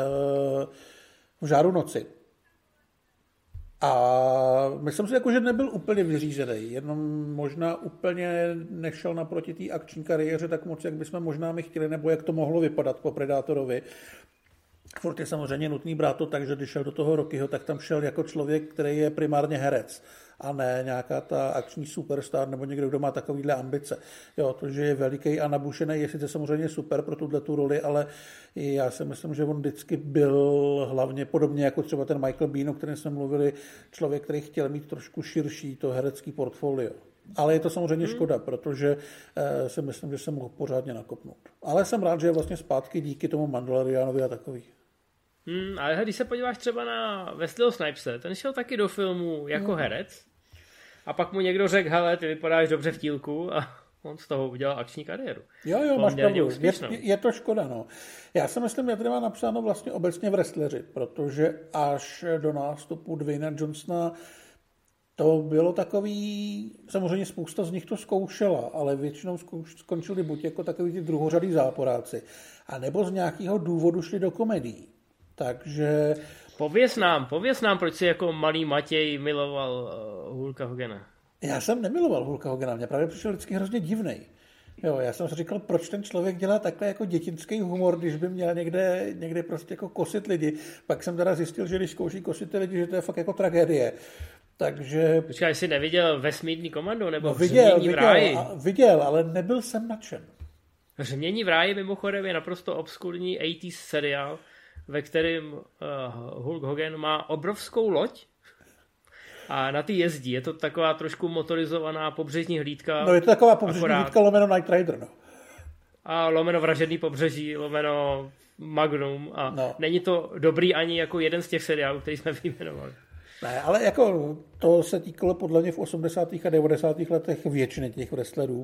v Žáru noci. A myslím si, že nebyl úplně vyřízený, jenom možná úplně nešel naproti té akční kariéře tak moc, jak bychom možná my chtěli, nebo jak to mohlo vypadat po Predátorovi. Furt je samozřejmě nutný brát to tak, že když šel do toho Rockyho, tak tam šel jako člověk, který je primárně herec a ne nějaká ta akční superstar nebo někdo, kdo má takovýhle ambice. Jo, to, že je veliký a nabušený, je sice samozřejmě super pro tu roli, ale já si myslím, že on vždycky byl hlavně podobně jako třeba ten Michael Biehn, o kterém jsme mluvili, člověk, který chtěl mít trošku širší to herecký portfolio. Ale je to samozřejmě škoda, protože si myslím, že se mohl pořádně nakopnout. Ale jsem rád, že je vlastně zpátky díky tomu Mandalorianovi a takový. Ale když se podíváš třeba na Wesleyho Snipese, ten šel taky do filmu jako herec a pak mu někdo řekl, hele, ty vypadáš dobře v tílku a on z toho udělal akční kariéru. Jo, máš pravdu. Je to škoda, no. Já si myslím, že tady má napsáno vlastně obecně v wrestleri, protože až do nástupu Dwayna Johnsona to bylo takový, samozřejmě spousta z nich to zkoušela, ale většinou skončili buď jako takový ty druhořadý záporáci, a nebo z nějakého důvodu šli do komedií. Takže... Pověz nám, proč jsi jako malý Matěj miloval Hulka Hogana. Já jsem nemiloval Hulka Hogana, mě právě přišel vždycky hrozně divnej. Jo, já jsem si říkal, proč ten člověk dělá takhle jako dětinský humor, když by měl někde prostě jako kosit lidi. Pak jsem teda zjistil, že když zkouší kosit lidi, že to je fakt jako tragédie. Takže... Počkej, jsi neviděl Vesmírný komando nebo Hřmění v ráji? Viděl, ale nebyl jsem nadšen. Hřmění v ráji mimochodem je naprosto obskurní 80s seriál, ve kterém Hulk Hogan má obrovskou loď a na ty jezdí. Je to taková trošku motorizovaná pobřežní hlídka. No je to taková pobřežní hlídka lomeno Knight Rider, no. A lomeno Vražedný pobřeží, lomeno Magnum a není to dobrý ani jako jeden z těch seriálů, který jsme vyjmenovali. Ne, ale jako to se týkalo podle mě v 80. a 90. letech většiny těch wrestlerů.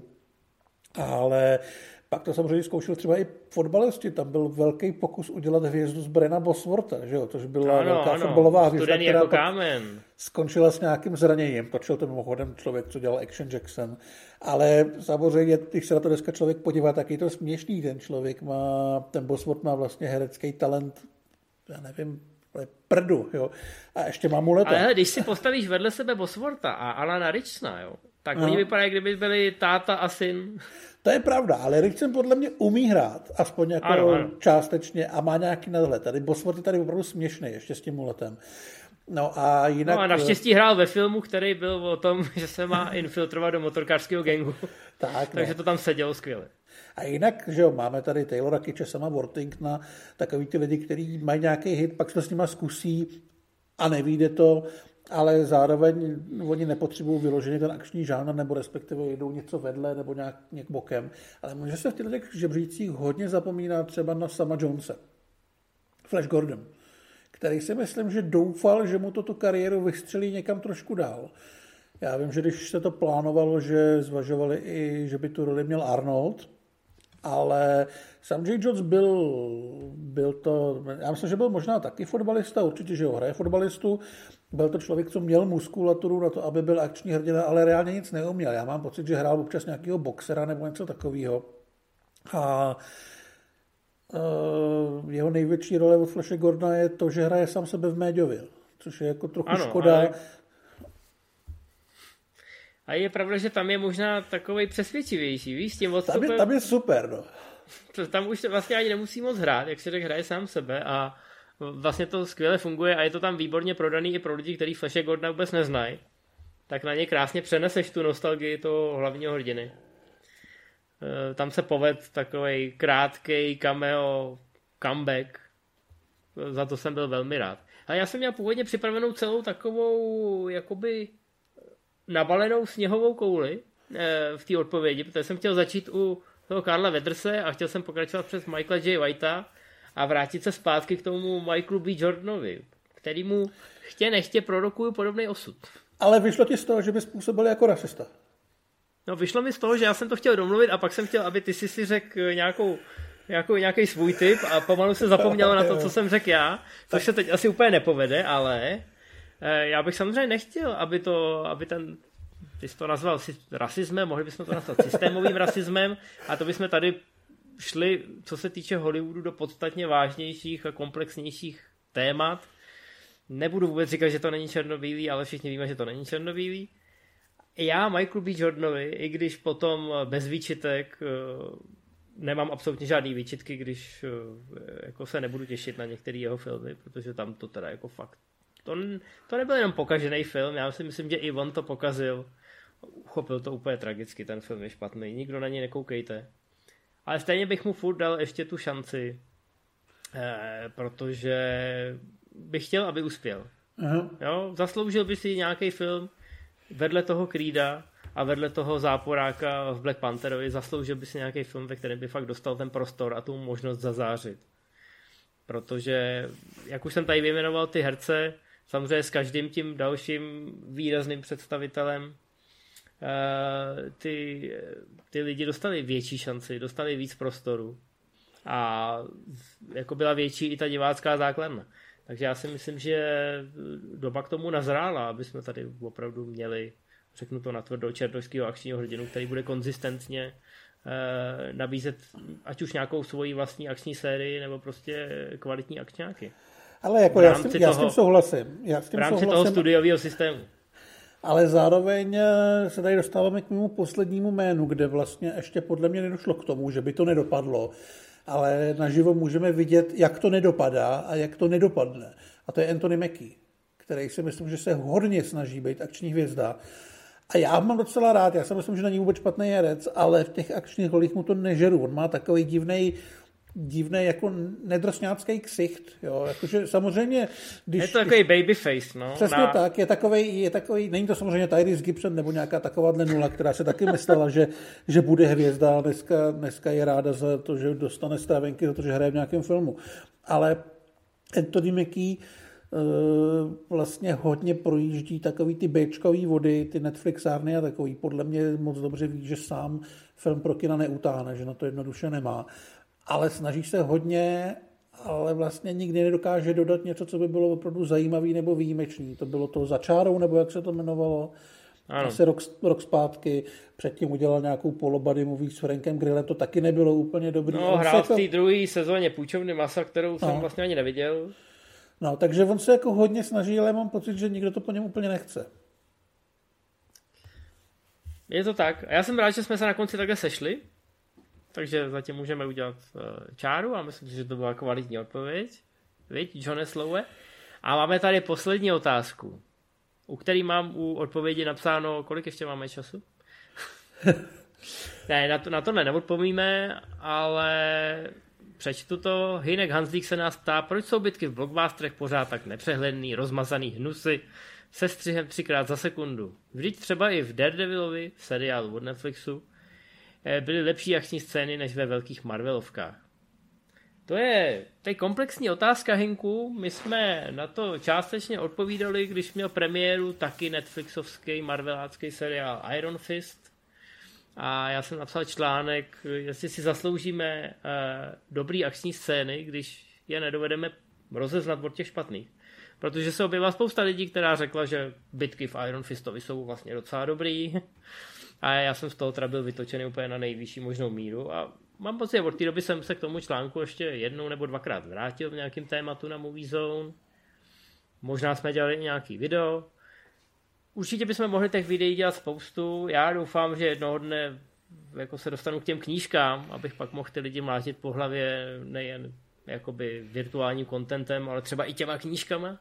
Ale pak to samozřejmě zkoušel třeba i fotbalisti. Tam byl velký pokus udělat hvězdu z Brena Bosworta, že jo? Což byla velká fotbalová hvězda, která jako kámen. Skončila s nějakým zraněním. Točil to mimochodem člověk, co dělal Action Jackson. Ale samozřejmě, když se na to dneska člověk podívá, tak je to směšný. Ten Bosworth má vlastně herecký talent, já nevím, prdu, jo. A ještě má muleta. Ale když si postavíš vedle sebe Bosworta a Alana Richsona, jo, tak oni vypadají, kdyby byli táta a syn. To je pravda, ale Richson podle mě umí hrát, aspoň jako ano. Částečně a má nějaký nadhled. Tady Bosworth je tady opravdu směšný, ještě s tím muletem. No a jinak... No a naštěstí hrál ve filmu, který byl o tom, že se má infiltrovat do motorkářského gangu. Takže to tam sedělo skvěle. A jinak, že jo, máme tady Taylora Kitche, sama Worthingtona, takový ty lidi, kteří mají nějaký hit, pak se to s nima zkusí a nevyjde to, ale zároveň oni nepotřebují vyloženě ten akční žánr, nebo respektive jdou něco vedle, nebo nějak bokem. Ale může se v těch žebřících hodně zapomíná třeba na Sama Jonese, Flash Gordon, který si myslím, že doufal, že mu tu kariéru vystřelí někam trošku dál. Já vím, že když se to plánovalo, že zvažovali i, že by tu roli měl Arnold, ale Sam J. Jones byl to, já myslím, že byl možná taky fotbalista, určitě, že ho hraje fotbalistu, byl to člověk, co měl muskulaturu na to, aby byl akční hrdina, ale reálně nic neuměl. Já mám pocit, že hrál občas nějakého boxera nebo něco takového. A Jeho největší role od Flashe Gordona je to, že hraje sám sebe v Méďově, což je jako trochu ano, škoda. Ale... A je pravda, že tam je možná takovej přesvědčivější, víš, s tím odstupem... Tam je super, no. Tam už vlastně ani nemusí moc hrát, jak si řekl, hraje sám sebe a vlastně to skvěle funguje a je to tam výborně prodaný i pro lidi, kteří Flashe Gordona vůbec neznají. Tak na ně krásně přeneseš tu nostalgii toho hlavního hrdiny. Tam se poved takovej krátkej cameo comeback. Za to jsem byl velmi rád. A já jsem měl původně připravenou celou takovou jakoby nabalenou sněhovou kouli v té odpovědi, protože jsem chtěl začít u toho Karla Weatherse a chtěl jsem pokračovat přes Michaela J. Whitea a vrátit se zpátky k tomu Michaelu B. Jordanovi, kterýmu chtě nechtě prorokuju podobný osud. Ale vyšlo ti z toho, že by způsobil jako rasista. No vyšlo mi z toho, že já jsem to chtěl domluvit a pak jsem chtěl, aby ty si řekl nějaký svůj tip a pomalu se zapomnělo na to, co jsem řekl já, což se teď asi úplně nepovede, ale já bych samozřejmě nechtěl, aby ten, ty jsi to nazval rasismem, mohli bychom to nazvat systémovým rasismem a to bychom tady šli, co se týče Hollywoodu, do podstatně vážnějších a komplexnějších témat. Nebudu vůbec říkat, že to není černobílý, ale všichni víme, že to není černobílý. Já Michaelu B. Jordanovi, i když potom bez výčitek nemám absolutně žádný výčitky, když jako se nebudu těšit na některé jeho filmy, protože tam to teda jako fakt to nebyl jenom pokažený film, já si myslím, že i on to pokazil. Uchopil to úplně tragicky, ten film je špatný, nikdo na něj nekoukejte. Ale stejně bych mu furt dal ještě tu šanci, protože bych chtěl, aby uspěl. Jo, zasloužil by si nějaký film vedle toho Creeda a vedle toho záporáka v Black Pantherovi, zasloužil by si nějaký film, ve kterém by fakt dostal ten prostor a tu možnost zazářit. Protože, jak už jsem tady vyjmenoval ty herce, samozřejmě s každým tím dalším výrazným představitelem ty lidi dostali větší šanci, dostali víc prostoru a jako byla větší i ta divácká základna. Takže já si myslím, že doba k tomu nazrála, aby jsme tady opravdu měli, řeknu to natvrdo, černošského akčního hrdinu, který bude konzistentně nabízet ať už nějakou svoji vlastní akční sérii nebo prostě kvalitní akčňáky. Ale jako já s tím souhlasím. V rámci toho studiového systému. Ale zároveň se tady dostáváme k mému poslednímu jménu, kde vlastně ještě podle mě nedošlo k tomu, že by to nedopadlo. Ale naživo můžeme vidět, jak to nedopadá a jak to nedopadne. A to je Anthony Mackie, který si myslím, že se hodně snaží být akční hvězda. A já mám docela rád, já si myslím, že není vůbec špatný herec, ale v těch akčních rolích mu to nežeru. On má takový divný jako nedrsňácký ksicht, jo, jakože samozřejmě, když... Je to takový babyface, no. Přesně tak, je takový, není to samozřejmě Tyrese Gibson nebo nějaká takováhle nula, která se taky myslela, že bude hvězda, dneska je ráda za to, že dostane stravenky, za to, že hraje v nějakém filmu. Ale Anthony Mackie vlastně hodně projíždí takový ty béčkový vody, ty Netflixárny a takový. Podle mě moc dobře ví, že sám film pro kina neutáhne, že na to jednoduše nemá. Ale snaží se hodně, ale vlastně nikdy nedokáže dodat něco, co by bylo opravdu zajímavý nebo výjimečný. To bylo to Za čárou, nebo jak se to jmenovalo? Ano. Asi rok zpátky. Předtím udělal nějakou polobody movie s Frankem Grillem, to taky nebylo úplně dobrý. No, hrál v té druhé sezóně Půjčovny masa, kterou jsem vlastně ani neviděl. No, takže on se jako hodně snaží, ale mám pocit, že nikdo to po něm úplně nechce. Je to tak. A já jsem rád, že jsme se na konci takhle sešli. Takže zatím můžeme udělat čáru a myslím si, že to byla kvalitní odpověď. Víš, Johne Slowe. A máme tady poslední otázku, u který mám u odpovědi napsáno, kolik ještě máme času? Ne, na to neodpovíme, ale přečtu to. Hynek Hanzlík se nás ptá, proč jsou bitky v blockbusterech pořád tak nepřehledný, rozmazaný hnusy se střihem 3x za sekundu. Vždyť třeba i v Daredevilovi, v seriálu od Netflixu, byly lepší akční scény než ve velkých Marvelovkách. To je komplexní otázka, Hinku. My jsme na to částečně odpovídali, když měl premiéru taky Netflixovský marvelácký seriál Iron Fist. A já jsem napsal článek, jestli si zasloužíme dobrý akční scény, když je nedovedeme rozeznat od těch špatných. Protože se objevila spousta lidí, která řekla, že bitky v Iron Fistovi jsou vlastně docela dobrý. A já jsem z toho teda byl vytočený úplně na nejvyšší možnou míru. A mám pocit, od té doby jsem se k tomu článku ještě jednou nebo dvakrát vrátil v nějakém tématu na Movie Zone. Možná jsme dělali nějaký video. Určitě bychom mohli těch videí dělat spoustu. Já doufám, že jednoho dne jako se dostanu k těm knížkám, abych pak mohl ty lidi mlátit po hlavě nejen jakoby virtuálním contentem, ale třeba i těma knížkama.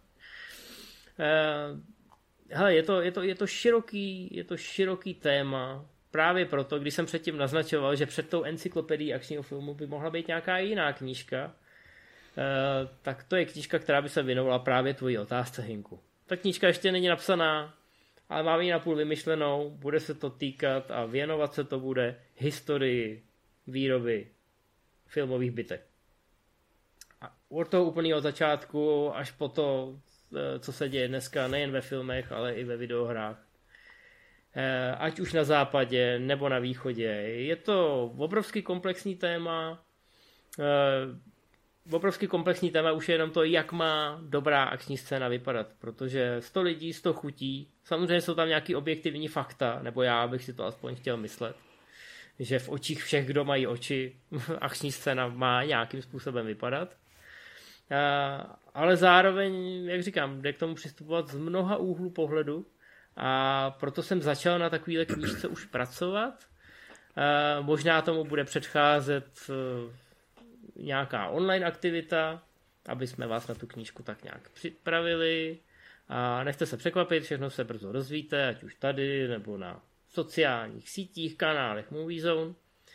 Hele, je to široký téma. Právě proto, když jsem předtím naznačoval, že před tou encyklopedií akčního filmu by mohla být nějaká jiná knížka, tak to je knížka, která by se věnovala právě tvojí otázce, Hinku. Ta knížka ještě není napsaná, ale mám ji napůl vymyšlenou, bude se to týkat a věnovat se to bude historii výroby filmových bitek. A od toho úplného začátku až po to, co se děje dneska nejen ve filmech, ale i ve videohrách. Ať už na západě nebo na východě. Je to obrovský komplexní téma. Obrovský komplexní téma už je jenom to, jak má dobrá akční scéna vypadat, protože 100 lidí, 100 chutí. Samozřejmě jsou tam nějaký objektivní fakta, nebo já bych si to aspoň chtěl myslet, že v očích všech, kdo mají oči, akční scéna má nějakým způsobem vypadat. Ale zároveň, jak říkám, jde k tomu přistupovat z mnoha úhlů pohledu a proto jsem začal na takovýhle knížce už pracovat. Možná tomu bude předcházet nějaká online aktivita, aby jsme vás na tu knížku tak nějak připravili. A nechte se překvapit, všechno se brzo dozvíte, ať už tady, nebo na sociálních sítích, kanálech Movie Zone.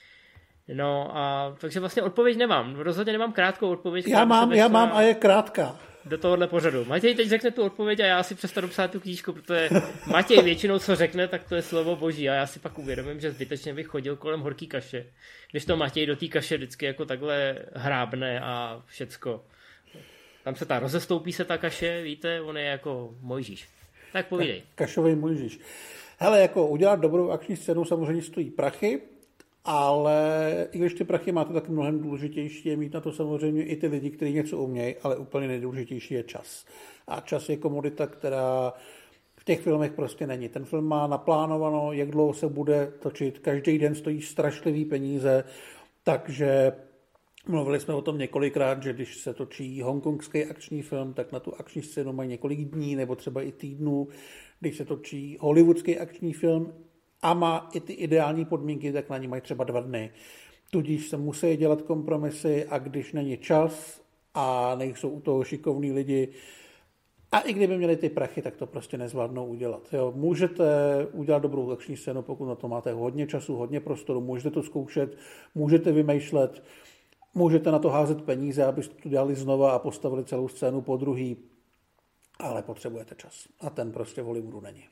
No a takže vlastně odpověď nemám. Rozhodně nemám krátkou odpověď. Já mám a je krátká. Do tohohle pořadu. Matěj teď řekne tu odpověď a já si přestanu psát tu knížku, protože Matěj většinou co řekne, tak to je slovo boží a já si pak uvědomím, že zbytečně bych chodil kolem horký kaše. Když to Matěj do té kaše vždycky jako takhle hrábne a všecko. Tam se rozestoupí se ta kaše, víte, on je jako Mojžíš. Tak povídej. Kašový Mojžíš. Hele, jako udělat dobrou akční scénu samozřejmě stojí prachy, ale i když ty prachy máte, tak mnohem důležitější je mít na to samozřejmě i ty lidi, kteří něco umějí, ale úplně nejdůležitější je čas. A čas je komodita, která v těch filmech prostě není. Ten film má naplánováno, jak dlouho se bude točit, každý den stojí strašlivý peníze, takže mluvili jsme o tom několikrát, že když se točí hongkongský akční film, tak na tu akční scénu mají několik dní nebo třeba i týdnů. Když se točí hollywoodský akční film a má i ty ideální podmínky, tak na ní mají třeba 2 dny. Tudíž se musí dělat kompromisy a když není čas a nejsou u toho šikovní lidi a i kdyby měli ty prachy, tak to prostě nezvládnou udělat. Jo, můžete udělat dobrou akční scénu, pokud na to máte hodně času, hodně prostoru, můžete to zkoušet, můžete vymýšlet, můžete na to házet peníze, abyste to dělali znova a postavili celou scénu po druhý, ale potřebujete čas. A ten prostě v Hollywoodu není.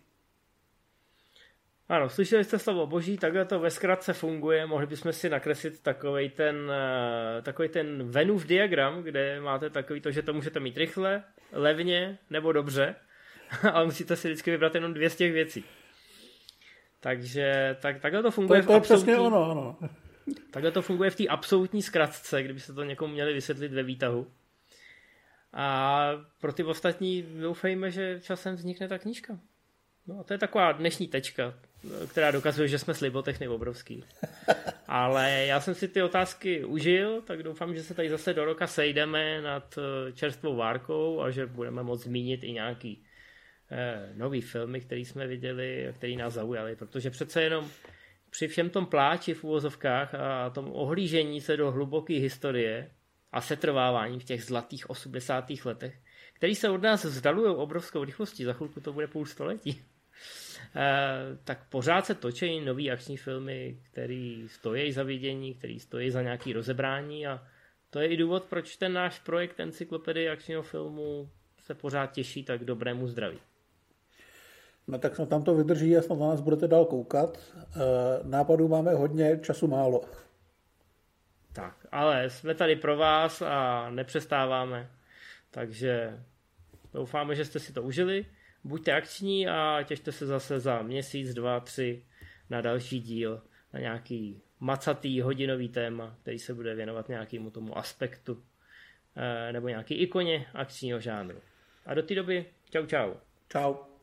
Ano, slyšeli jste slovo boží, takhle to ve zkratce funguje, mohli bychom si nakreslit takovej ten Venův diagram, kde máte takový to, že to můžete mít rychle, levně nebo dobře, ale musíte si vždycky vybrat jenom 2 z těch věcí. Takže takhle to funguje to je přesně ono, ano. Takhle to funguje v té absolutní zkratce, kdyby se to někomu měli vysvětlit ve výtahu. A pro ty ostatní doufejme, že časem vznikne ta knížka. No a to je taková dnešní tečka, která dokazuje, že jsme slibotechny obrovský. Ale já jsem si ty otázky užil, tak doufám, že se tady zase do roka sejdeme nad čerstvou várkou a že budeme moct zmínit i nějaký nový filmy, který jsme viděli a který nás zaujaly, protože přece jenom při všem tom pláči v uvozovkách a tom ohlížení se do hluboké historie a setrvávání v těch zlatých 80. letech, který se od nás vzdalují obrovskou rychlostí, za chvilku to bude půl století, tak pořád se točí nový akční filmy, který stojí za vidění, který stojí za nějaký rozebrání a to je i důvod, proč ten náš projekt Encyklopedie akčního filmu se pořád těší tak dobrému zdraví. No tak snad tam to vydrží a snad na nás budete dál koukat. Nápadů máme hodně, času málo. Tak, ale jsme tady pro vás a nepřestáváme, takže doufáme, že jste si to užili. Buďte akční a těšte se zase za měsíc, 2, 3 na další díl, na nějaký macatý hodinový téma, který se bude věnovat nějakému tomu aspektu nebo nějaký ikoně akčního žánru. A do té doby čau. Čau.